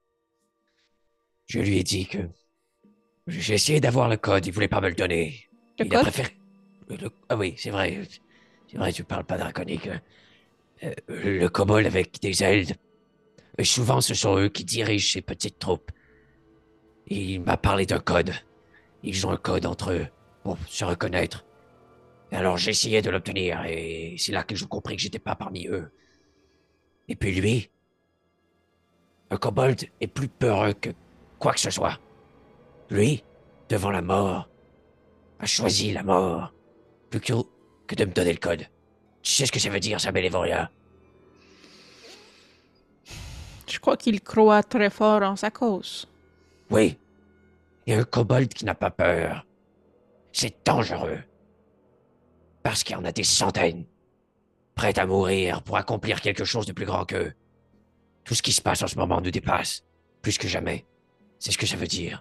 Je lui ai dit que j'ai essayé d'avoir le code, il voulait pas me le donner. Le Il a code? préféré. Ah oui, c'est vrai. C'est vrai, tu parles pas draconique. Le kobold avec des ailes. Et souvent, ce sont eux qui dirigent ces petites troupes. Il m'a parlé d'un code. Ils ont un code entre eux pour se reconnaître. Et alors j'ai essayé de l'obtenir et c'est là que j'ai compris que j'étais pas parmi eux. Et puis lui, un kobold est plus peureux que quoi que ce soit. Lui, devant la mort, a choisi la mort plutôt que de me donner le code. Tu sais ce que ça veut dire, ça, Bélévoria? Je crois qu'il croit très fort en sa cause. Oui. Et un kobold qui n'a pas peur, c'est dangereux. Parce qu'il y en a des centaines, prêts à mourir pour accomplir quelque chose de plus grand qu'eux. Tout ce qui se passe en ce moment nous dépasse, plus que jamais. C'est ce que ça veut dire.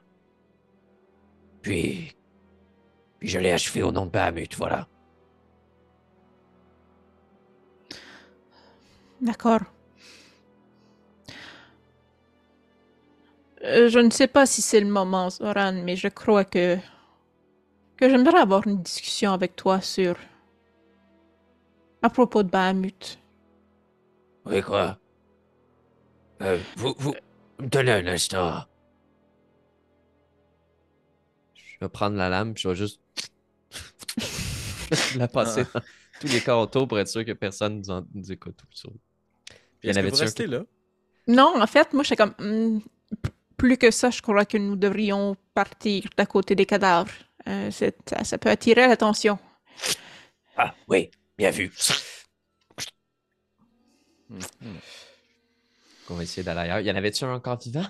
Puis je l'ai achevé au nom de Bahamut, voilà. D'accord. Je ne sais pas si c'est le moment, Zoran, mais je crois que j'aimerais avoir une discussion avec toi sur... à propos de Bahamut. Oui, quoi? Vous me donnez un instant. Je vais prendre la lame, puis je vais juste la passer dans tous les corps autour pour être sûr que personne nous écoute. Puis est-ce que vous restez là? Non, en fait, moi, je suis comme... plus que ça, je crois que nous devrions partir d'à côté des cadavres. Ça peut attirer l'attention. Ah, oui, bien vu. On va essayer d'aller ailleurs. Y en avait-tu un encore vivant?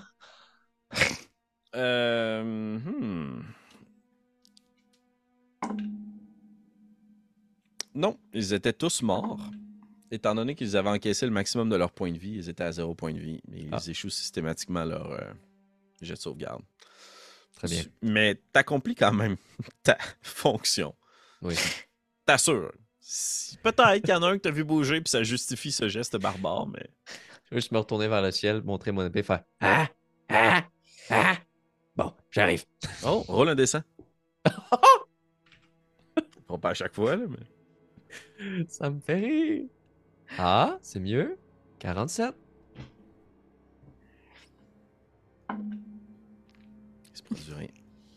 Non, ils étaient tous morts. Étant donné qu'ils avaient encaissé le maximum de leur point de vie, ils étaient à 0 point de vie. Mais ils échouent systématiquement leur jet de sauvegarde. Très bien. Mais t'accomplis quand même ta fonction. Oui. T'assures. Peut-être qu'il y en a un que t'as vu bouger puis ça justifie ce geste barbare, mais... Je vais juste me retourner vers le ciel, montrer mon épée, faire... Ah. Bon, j'arrive. Oh, roule un dessin. Pas à chaque fois, là, mais... Ça me fait rire. Ah, c'est mieux. 47. Il se produit rien.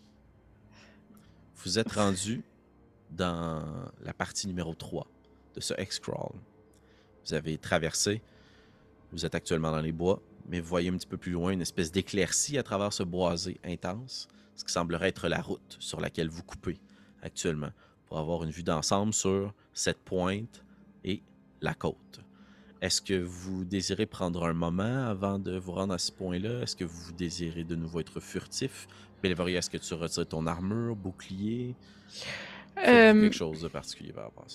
Vous êtes rendu dans la partie numéro 3 de ce X-Crawl. Vous avez traversé. Vous êtes actuellement dans les bois, mais vous voyez un petit peu plus loin une espèce d'éclaircie à travers ce boisé intense, ce qui semblerait être la route sur laquelle vous coupez actuellement, pour avoir une vue d'ensemble sur cette pointe et la côte. Est-ce que vous désirez prendre un moment avant de vous rendre à ce point-là? Est-ce que vous désirez de nouveau être furtif? Bélévoria, est-ce que tu retires ton armure, bouclier? Faites-vous quelque chose de particulier par rapport à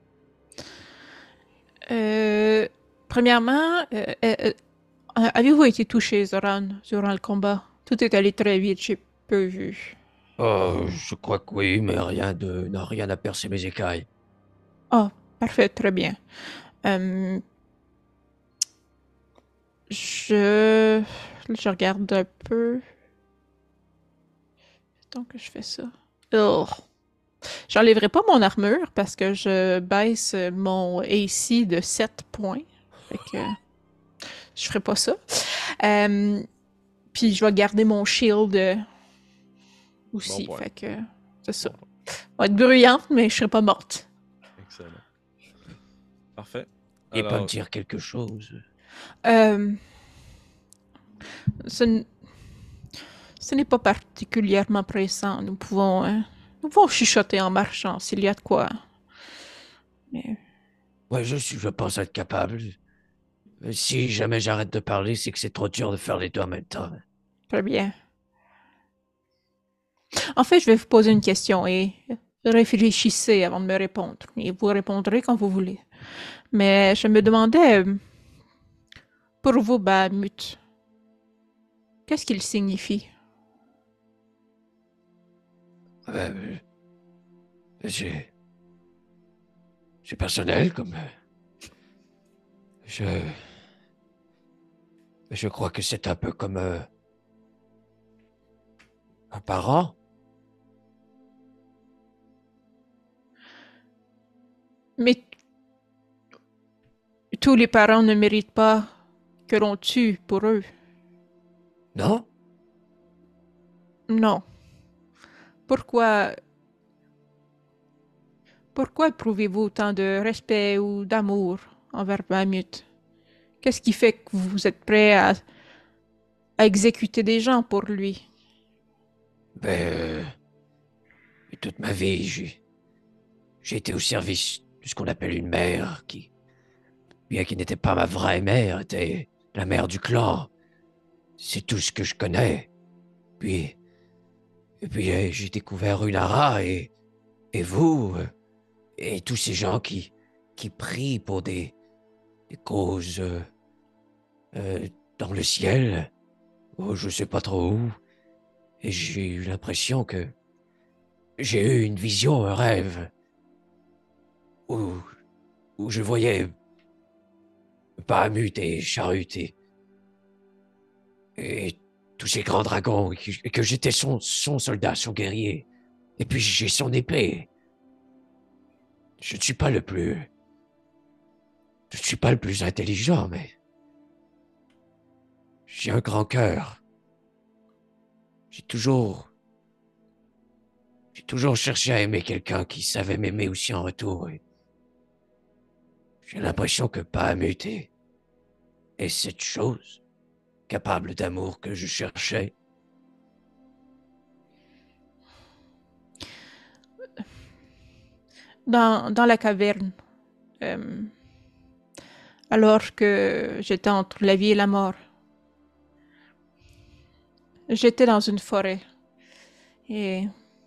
ça? Premièrement, avez-vous été touché, Zoran, durant le combat? Tout est allé très vite, j'ai peu vu. Oh, je crois que oui, mais rien n'a percé mes écailles. Oh, parfait, très bien. Je regarde un peu. Tant que je fais ça. Oh. J'enlèverai pas mon armure parce que je baisse mon AC de 7 points. Fait que je ferai pas ça. Puis je vais garder mon shield aussi. Bon point. Fait que c'est ça. Va être bruyante, mais je serai pas morte. Excellent. Parfait. Et pas me Alors, dire quelque chose. Euh, ce n'est pas particulièrement pressant. Nous pouvons chuchoter en marchant s'il y a de quoi. Mais... Ouais, je pense être capable. Si jamais j'arrête de parler, c'est que c'est trop dur de faire les deux en même temps. Très bien. En fait, je vais vous poser une question et réfléchissez avant de me répondre. Et vous répondrez quand vous voulez. Mais je me demandais, pour vous, Bahamut, qu'est-ce qu'il signifie? C'est personnel, comme... Je crois que c'est un peu comme... un parent. Mais tous les parents ne méritent pas que l'on tue pour eux. Non? Non. Pourquoi éprouvez-vous tant de respect ou d'amour envers Bahamut? Qu'est-ce qui fait que vous êtes prêt à exécuter des gens pour lui? Toute ma vie, j'ai été au service de ce qu'on appelle une mère qui, bien qu'il n'était pas ma vraie mère, était la mère du clan. C'est tout ce que je connais. Et puis j'ai découvert Unara et vous, et tous ces gens qui prient pour des causes dans le ciel, ou je sais pas trop où. Et j'ai eu l'impression que j'ai eu une vision, un rêve, où je voyais Bahamut et Charut et tous ces grands dragons, et que j'étais son soldat, son guerrier. Et puis j'ai son épée. Je ne suis pas le plus intelligent, mais j'ai un grand cœur. J'ai toujours cherché à aimer quelqu'un qui savait m'aimer aussi en retour. Et j'ai l'impression que Bahamut est cette chose capable d'amour que je cherchais. Dans la caverne, alors que j'étais entre la vie et la mort, j'étais dans une forêt. Et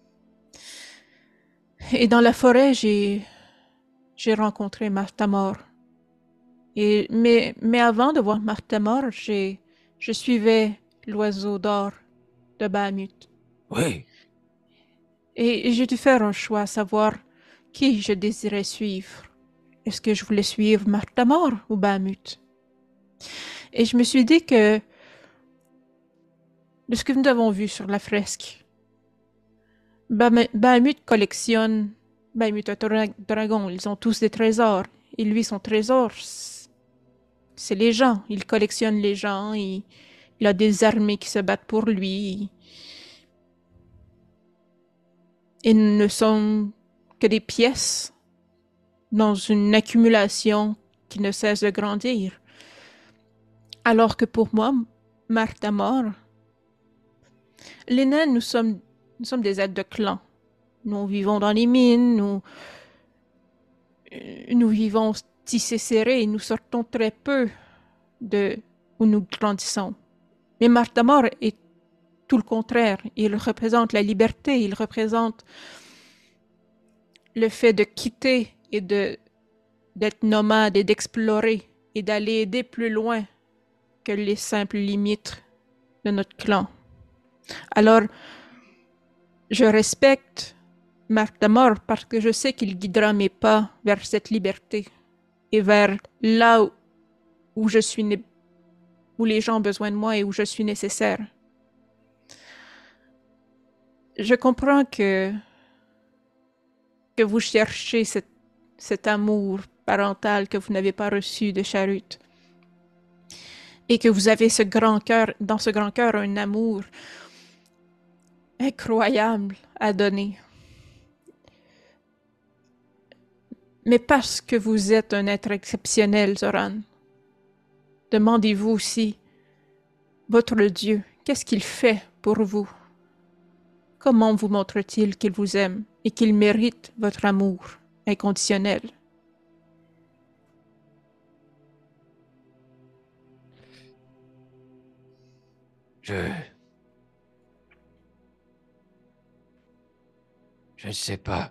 dans la forêt, j'ai rencontré Martha-Mort. Mais avant de voir Martha-Mort, je suivais l'oiseau d'or de Bahamut. Oui. Et j'ai dû faire un choix, à savoir qui je désirais suivre. Est-ce que je voulais suivre Martha-Mort ou Bahamut? Et je me suis dit que de ce que nous avons vu sur la fresque, Bahamut collectionne. Bahamut est un dragon, ils ont tous des trésors. Et lui, son trésor, c'est les gens. Il collectionne les gens, il a des armées qui se battent pour lui. Et ne sont que des pièces dans une accumulation qui ne cesse de grandir. Alors que pour moi, Martha-Mort, les nains, nous sommes des aides de clan. Nous vivons dans les mines, nous vivons tissés serrés et nous sortons très peu de où nous grandissons. Mais Martha-Mort est tout le contraire. Il représente la liberté, il représente le fait de quitter et d'être nomade et d'explorer et d'aller aider plus loin que les simples limites de notre clan. Alors, je respecte Martha-Mort parce que je sais qu'il guidera mes pas vers cette liberté et vers là où je suis né où les gens ont besoin de moi et où je suis nécessaire. Je comprends que vous cherchez cet amour parental que vous n'avez pas reçu de Charut. Et que vous avez dans ce grand cœur, un amour incroyable à donner. Mais parce que vous êtes un être exceptionnel, Zoran, demandez-vous aussi, votre Dieu, qu'est-ce qu'il fait pour vous? Comment vous montre-t-il qu'il vous aime et qu'il mérite votre amour inconditionnel? Je ne sais pas.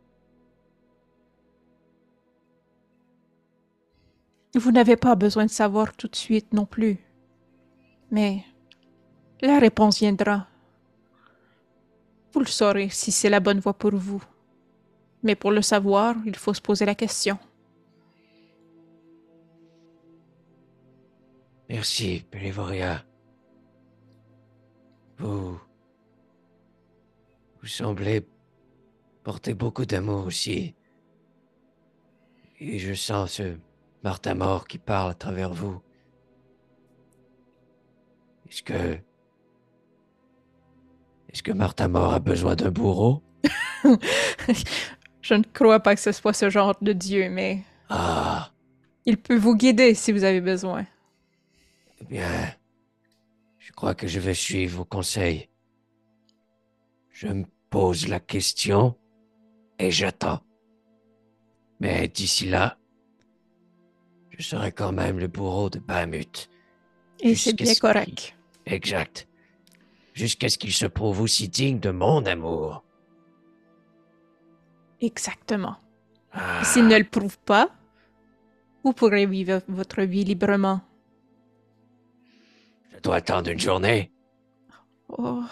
Vous n'avez pas besoin de savoir tout de suite non plus. Mais la réponse viendra. Vous le saurez si c'est la bonne voie pour vous. Mais pour le savoir, il faut se poser la question. Merci, Pélévoria. Vous semblez porter beaucoup d'amour aussi. Et je sens ce Martha-Mort qui parle à travers vous. Est-ce que Martha-Mort a besoin d'un bourreau? Je ne crois pas que ce soit ce genre de Dieu, mais Ah, il peut vous guider si vous avez besoin. eh bien, je crois que je vais suivre vos conseils. Je me pose la question et j'attends. Mais d'ici là, je serai quand même le bourreau de Bahamut. Et c'est bien correct. Exact. Jusqu'à ce qu'il se prouve aussi digne de mon amour. Exactement. Ah, S'il ne le prouve pas, vous pourrez vivre votre vie librement. je dois attendre une journée. Oh.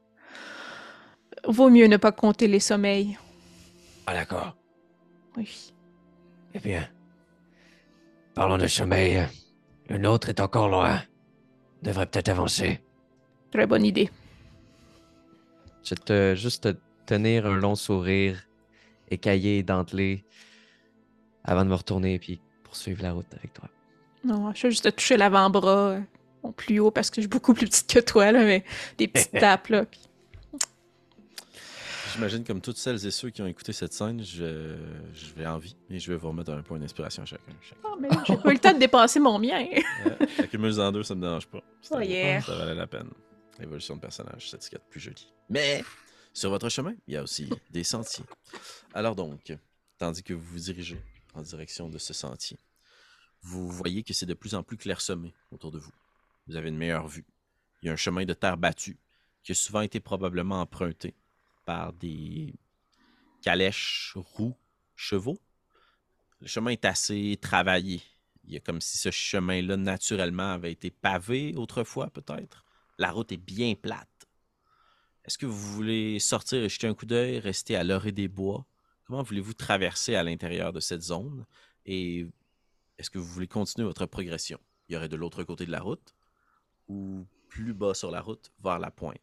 Vaut mieux ne pas compter les sommeils. Ah, d'accord. Oui. Eh bien, parlons de sommeil. Le nôtre est encore loin. On devrait peut-être avancer. Très bonne idée. Je vais juste te tenir un long sourire, écaillé et dentelé, avant de me retourner et poursuivre la route avec toi. Non, je vais juste te toucher l'avant-bras plus haut parce que je suis beaucoup plus petite que toi, là, mais des petites tapes, là. Puis... J'imagine comme toutes celles et ceux qui ont écouté cette scène, je vais en vie et je vais vous remettre un point d'inspiration chacun. Oh, mais là, j'ai pas eu le temps de dépenser mon mien. Accumule en deux, ça me dérange pas. Oh yeah. Ça valait la peine. Évolution de personnage, c'est ce qu'il y a de plus joli. Mais sur votre chemin, il y a aussi des sentiers. Alors donc, tandis que vous vous dirigez en direction de ce sentier, vous voyez que c'est de plus en plus clairsemé autour de vous. Vous avez une meilleure vue. Il y a un chemin de terre battue qui a souvent été probablement emprunté par des calèches, roues, chevaux. Le chemin est assez travaillé. Il y a comme si ce chemin-là, naturellement, avait été pavé autrefois, peut-être. La route est bien plate. Est-ce que vous voulez sortir et jeter un coup d'œil, rester à l'orée des bois? Comment voulez-vous traverser à l'intérieur de cette zone? Et est-ce que vous voulez continuer votre progression? Il y aurait de l'autre côté de la route ou plus bas sur la route, vers la pointe.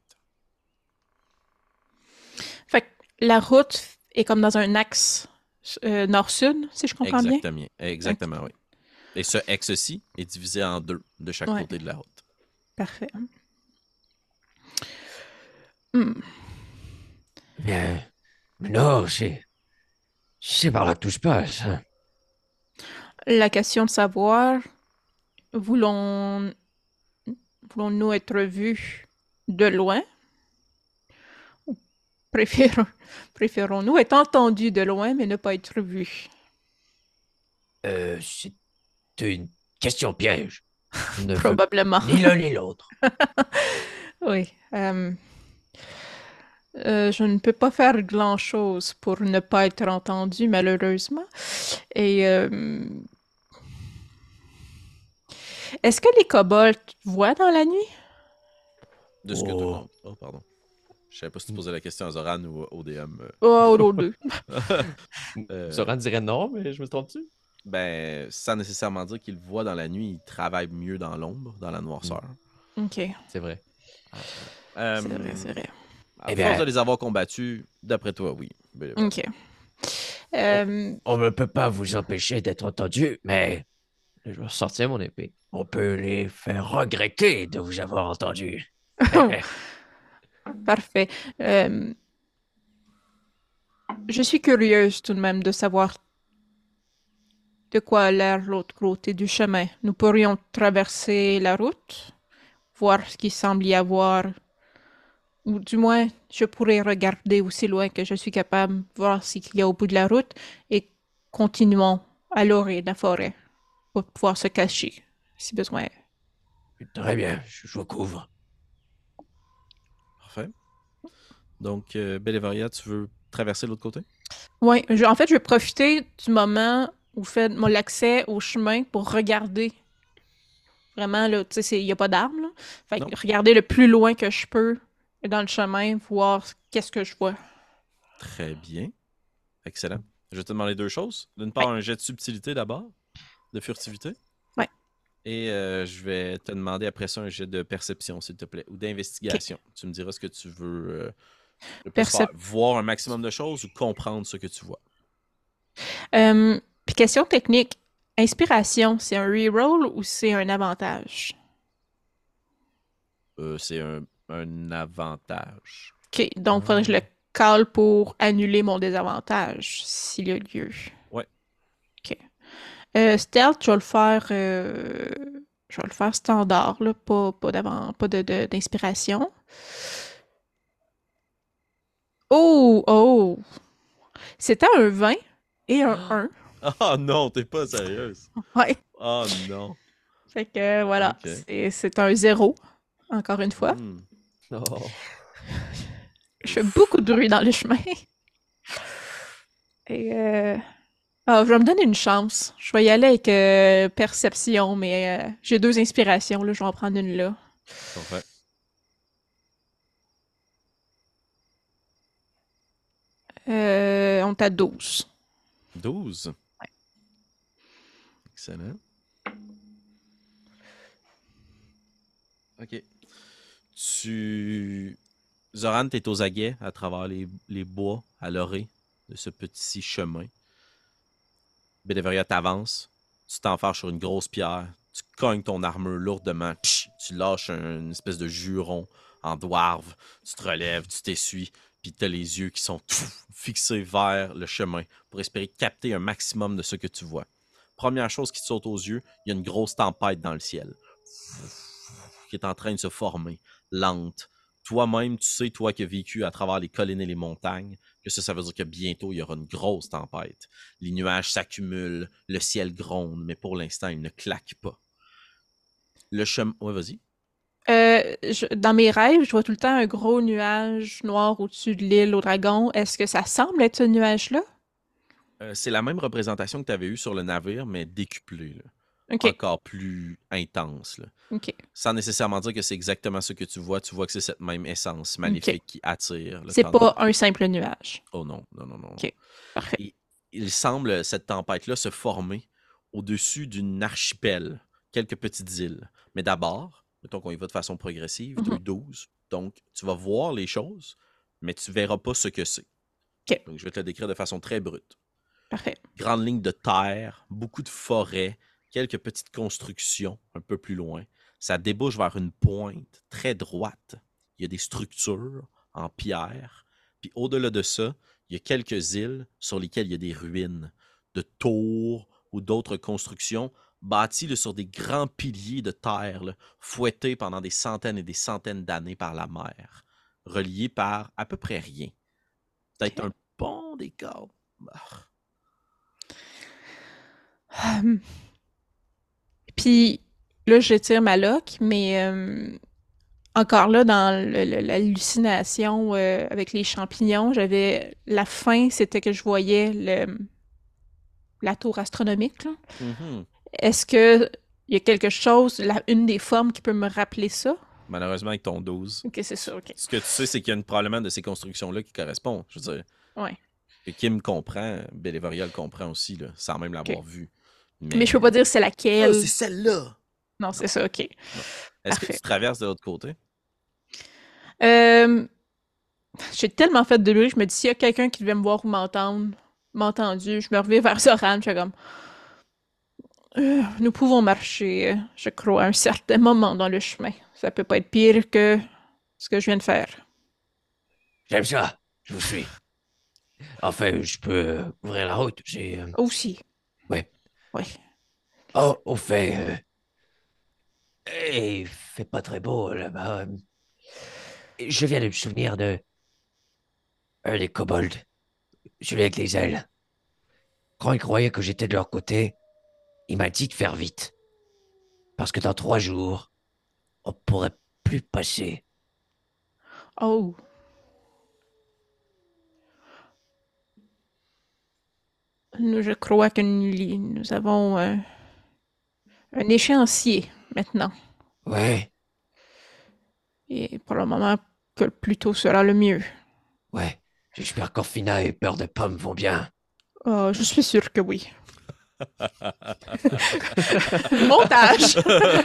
Fait que la route est comme dans un axe nord-sud, si je comprends bien. Exactement, oui. Et ce axe-ci est divisé en deux de chaque côté de la route. Parfait. Bien, non, c'est par là que tout se passe. Hein. La question de savoir, voulons-nous être vus de loin? Ou préférons-nous être entendus de loin, mais ne pas être vus? C'est une question piège. Je ne veux Probablement. ni l'un ni l'autre. Oui. Je ne peux pas faire grand-chose pour ne pas être entendu, malheureusement. Et est-ce que les kobolds voient dans la nuit? De ce que tout le monde... Oh, pardon. Je savais pas si tu posais la question à Zoran ou au DM. Oh, aux deux. Zoran dirait non, mais je me trompe-tu? Ben, sans nécessairement dire qu'il le voit dans la nuit, il travaille mieux dans l'ombre, dans la noirceur. OK. C'est vrai. C'est vrai, c'est vrai. À Eh force bien- de les avoir combattus, d'après toi, oui. OK. On ne peut pas vous empêcher d'être entendu, mais Je vais sortir mon épée. on peut les faire regretter de vous avoir entendu. Parfait. Je suis curieuse tout de même de savoir de quoi a l'air l'autre côté du chemin. Nous pourrions traverser la route, voir ce qu'il semble y avoir, ou du moins, je pourrais regarder aussi loin que je suis capable, voir ce qu'il y a au bout de la route, et continuons à l'orée de la forêt pour pouvoir se cacher si besoin. Très bien, je vous couvre. Parfait. Donc, Bellevaria, tu veux traverser l'autre côté? Oui, en fait, je vais profiter du moment où fait l'accès au chemin pour regarder. Vraiment, là, tu sais, il n'y a pas d'armes, là. Fait que Non. regarder le plus loin que je peux dans le chemin, voir qu'est-ce que je vois. Très bien. Excellent. Je vais te demander deux choses. D'une part, un jet de subtilité d'abord, de furtivité. Ouais. Et je vais te demander après ça un jet de perception, s'il te plaît, ou d'investigation. Tu me diras ce que tu veux le plus faire. Voir un maximum de choses ou comprendre ce que tu vois. Puis question technique, inspiration, c'est un reroll ou c'est un avantage? C'est un avantage. OK, donc il faudrait que je le cale pour annuler mon désavantage, s'il y a lieu. Ouais. OK. Stealth, je vais le faire standard, là, pas d'inspiration. Oh! C'était un 20 et un 1. Oh non, t'es pas sérieuse. Ouais. Oh non. Fait que voilà, Ok. c'est un 0, encore une fois. Oh. Je fais beaucoup de bruit dans le chemin. Et je vais me donner une chance. Je vais y aller avec perception, mais j'ai 2 inspirations, là, je vais en prendre une là. Parfait. On est à 12. 12. Ouais. Excellent. OK. Zoran, t'es aux aguets à travers les bois à l'orée de ce petit chemin. Bellevaria t'avance. Tu t'enfarges sur une grosse pierre. Tu cognes ton armure lourdement. Tu lâches une espèce de juron en dwarve. Tu te relèves, tu t'essuies. Puis t'as les yeux qui sont fixés vers le chemin pour espérer capter un maximum de ce que tu vois. Première chose qui te saute aux yeux, il y a une grosse tempête dans le ciel qui est en train de se former, lente. Toi-même, tu sais, toi qui as vécu à travers les collines et les montagnes, que ça veut dire que bientôt, il y aura une grosse tempête. Les nuages s'accumulent, le ciel gronde, mais pour l'instant, il ne claque pas. Le chemin... Ouais, vas-y. Dans mes rêves, je vois tout le temps un gros nuage noir au-dessus de l'île au dragon. Est-ce que ça semble être ce nuage-là? C'est la même représentation que tu avais eue sur le navire, mais décuplée. Là. OK. Encore plus intense. Là. OK. Sans nécessairement dire que c'est exactement ce que tu vois que c'est cette même essence maléfique qui attire. C'est pas un simple nuage. Oh non, non, non, non. OK, parfait. Et il semble, cette tempête-là, se former au-dessus d'une archipel, quelques petites îles. Mais d'abord, mettons qu'on y va de façon progressive, tu as eu 12. Donc, tu vas voir les choses, mais tu verras pas ce que c'est. OK. Donc, je vais te le décrire de façon très brute. Parfait. Grande ligne de terre, beaucoup de forêts, quelques petites constructions un peu plus loin. Ça débouche vers une pointe très droite. Il y a des structures en pierre. Puis au-delà de ça, il y a quelques îles sur lesquelles il y a des ruines de tours ou d'autres constructions bâties là, sur des grands piliers de terre, là, fouettés pendant des centaines et des centaines d'années par la mer, reliés par à peu près rien. Peut-être un pont des câbles. Puis là, je tire ma loque, mais encore là, dans l'hallucination avec les champignons, j'avais la fin, c'était que je voyais la tour astronomique. Là. Mm-hmm. Est-ce que il y a quelque chose, une des formes qui peut me rappeler ça? Malheureusement, avec ton 12. Ok, c'est ça, ok. Ce que tu sais, c'est qu'il y a probablement de ces constructions-là qui correspondent. Je veux dire, Ouais. que Kim comprend, Bellevaria le comprend aussi, là, sans même l'avoir vu. Mais je peux pas dire c'est laquelle. Oh, c'est celle-là! Non, c'est ça, ok. Est-ce que Parfait. tu traverses de l'autre côté? J'ai tellement fait de bruit, je me dis s'il y a quelqu'un qui devait me voir ou m'entendu, je me reviens vers Zoran, je suis comme nous pouvons marcher, je crois, à un certain moment dans le chemin. Ça peut pas être pire que ce que je viens de faire. J'aime ça. Je vous suis. Enfin, je peux ouvrir la route. J'ai... Aussi. Ouais. Oui. Oh, au fait... il fait pas très beau, là-bas. Je viens de me souvenir de... un des kobolds. Celui avec les ailes. Quand il croyait que j'étais de leur côté, il m'a dit de faire vite. Parce que dans 3 jours, on pourrait plus passer. Oh. Je crois que nous avons un échéancier maintenant. Ouais, Et pour le moment, que le plus tôt sera le mieux. ouais. J'espère qu'Orfina et Peur de Pomme vont bien. Je suis sûr que oui. Montage!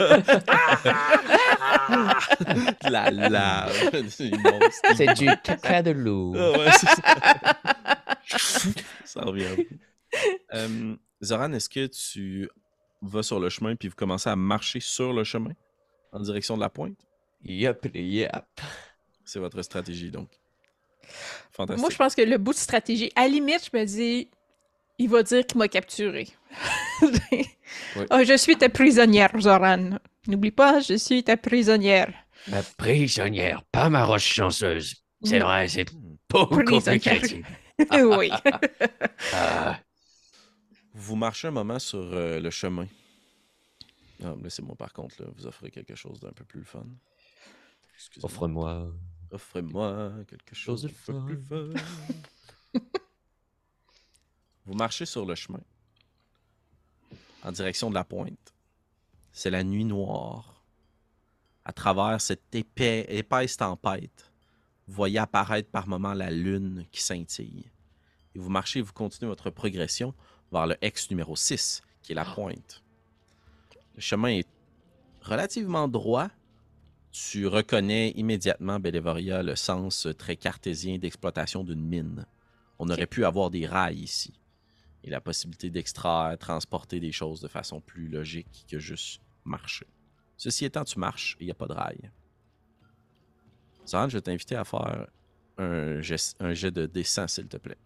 La lave. C'est immense. C'est du caca de loup. Ah ouais, c'est ça. Ça revient. Zoran, est-ce que tu vas sur le chemin puis vous commencez à marcher sur le chemin en direction de la pointe? Yep. C'est votre stratégie, donc. Fantastique. Moi, je pense que le bout de stratégie, à la limite, je me dis, il va dire qu'il m'a capturé. Oui. Oh, je suis ta prisonnière, Zoran. N'oublie pas, je suis ta prisonnière. Ma prisonnière, pas ma roche chanceuse. C'est Non. vrai, c'est beaucoup plus Prisonnière. créatif. Oui. Ah, Vous marchez un moment sur le chemin. Ah, laissez-moi par contre là, vous offrir quelque chose d'un peu plus fun. Excusez-moi. Offre-moi. Offrez-moi quelque chose de d'un peu plus fun. Vous marchez sur le chemin en direction de la pointe. C'est la nuit noire. À travers cette épaisse tempête, vous voyez apparaître par moments la lune qui scintille. Et vous marchez et vous continuez votre progression vers le X numéro 6, qui est la pointe. Le chemin est relativement droit. Tu reconnais immédiatement, Bellevoria, le sens très cartésien d'exploitation d'une mine. On aurait pu avoir des rails ici. Et la possibilité d'extraire, transporter des choses de façon plus logique que juste marcher. Ceci étant, tu marches et il n'y a pas de rails. Zoran, je vais t'inviter à faire un jet de dessin, s'il te plaît.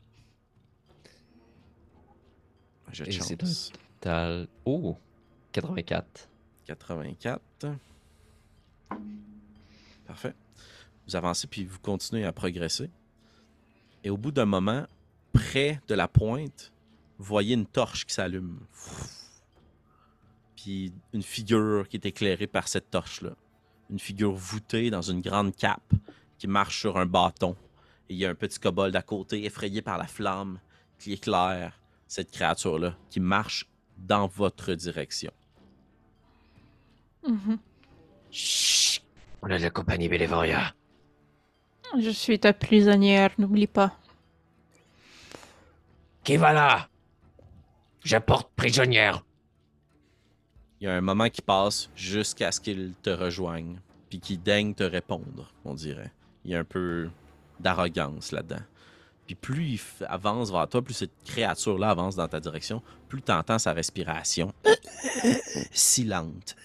Un jet de Et c'est chance. Total. Oh! 84. 84. Parfait. Vous avancez puis vous continuez à progresser. Et au bout d'un moment, près de la pointe, vous voyez une torche qui s'allume. Puis une figure qui est éclairée par cette torche-là. Une figure voûtée dans une grande cape qui marche sur un bâton. Et il y a un petit kobold à côté, effrayé par la flamme, qui éclaire cette créature-là, qui marche dans votre direction. Mhm. chut, on a de la compagnie Bellevoria. Je suis ta prisonnière, n'oublie pas. Qui va là? J'apporte prisonnière. Il y a un moment qui passe jusqu'à ce qu'il te rejoigne, puis qu'il daigne te répondre, on dirait. Il y a un peu d'arrogance là-dedans. Puis plus il avance vers toi, plus cette créature-là avance dans ta direction, plus tu entends sa respiration si lente.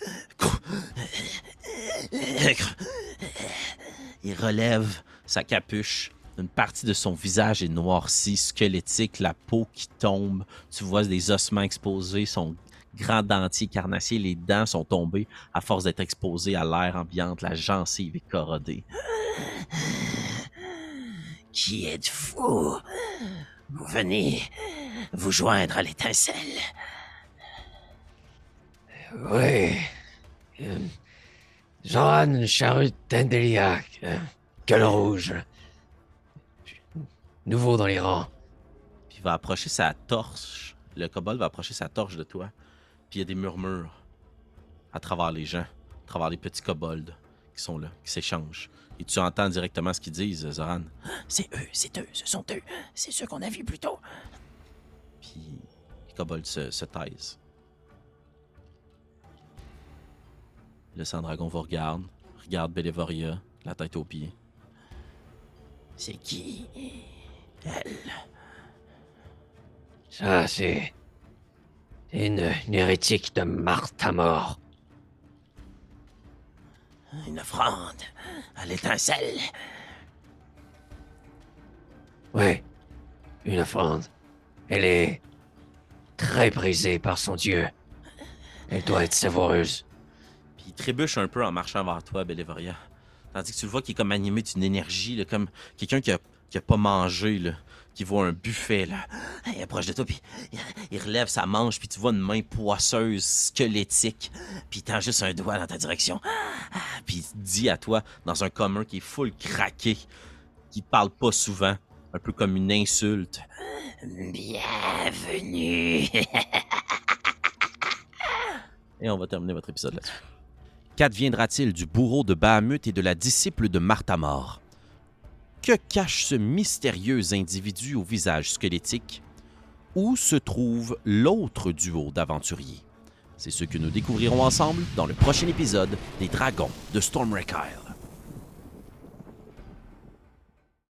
Il relève sa capuche. Une partie de son visage est noircie, squelettique, la peau qui tombe. Tu vois des ossements exposés, son grand dentier carnassier, les dents sont tombées à force d'être exposées à l'air ambiante, la gencive est corrodée. Qui êtes-vous? Vous venez vous joindre à l'étincelle. Oui. Zoran Charut Tendeliac. Gueule rouge. Nouveau dans les rangs. Puis il va approcher sa torche. Le kobold va approcher sa torche de toi. Puis il y a des murmures à travers les gens, à travers les petits kobolds qui sont là, qui s'échangent. Et tu entends directement ce qu'ils disent, Zoran. C'est eux, ce sont eux. C'est ceux qu'on a vus plus tôt. Puis les kobolds se taisent. Le sang-dragon vous regarde Bélévoria, la tête aux pieds. C'est qui, elle? Ça, c'est une hérétique de Martha-Mort. Une offrande à l'étincelle. Oui, une offrande. Elle est très brisée par son dieu. Elle doit être savoureuse. Puis il trébuche un peu en marchant vers toi, Bélévoria. Tandis que tu le vois qui est comme animé d'une énergie, là, comme quelqu'un qui a pas mangé, là, qui voit un buffet, là. Il approche de toi, puis Il relève sa manche, puis tu vois une main poisseuse, squelettique, il tend juste un doigt dans ta direction. puis il te dit à toi, dans un commun qui est full craqué, qui parle pas souvent, un peu comme une insulte. Bienvenue. Et on va terminer votre épisode là-dessus. Qu'adviendra-t-il du bourreau de Bahamut et de la disciple de Martha-Mort? Que cache ce mystérieux individu au visage squelettique? Où se trouve l'autre duo d'aventuriers? C'est ce que nous découvrirons ensemble dans le prochain épisode des Dragons de Stormwreck Isle.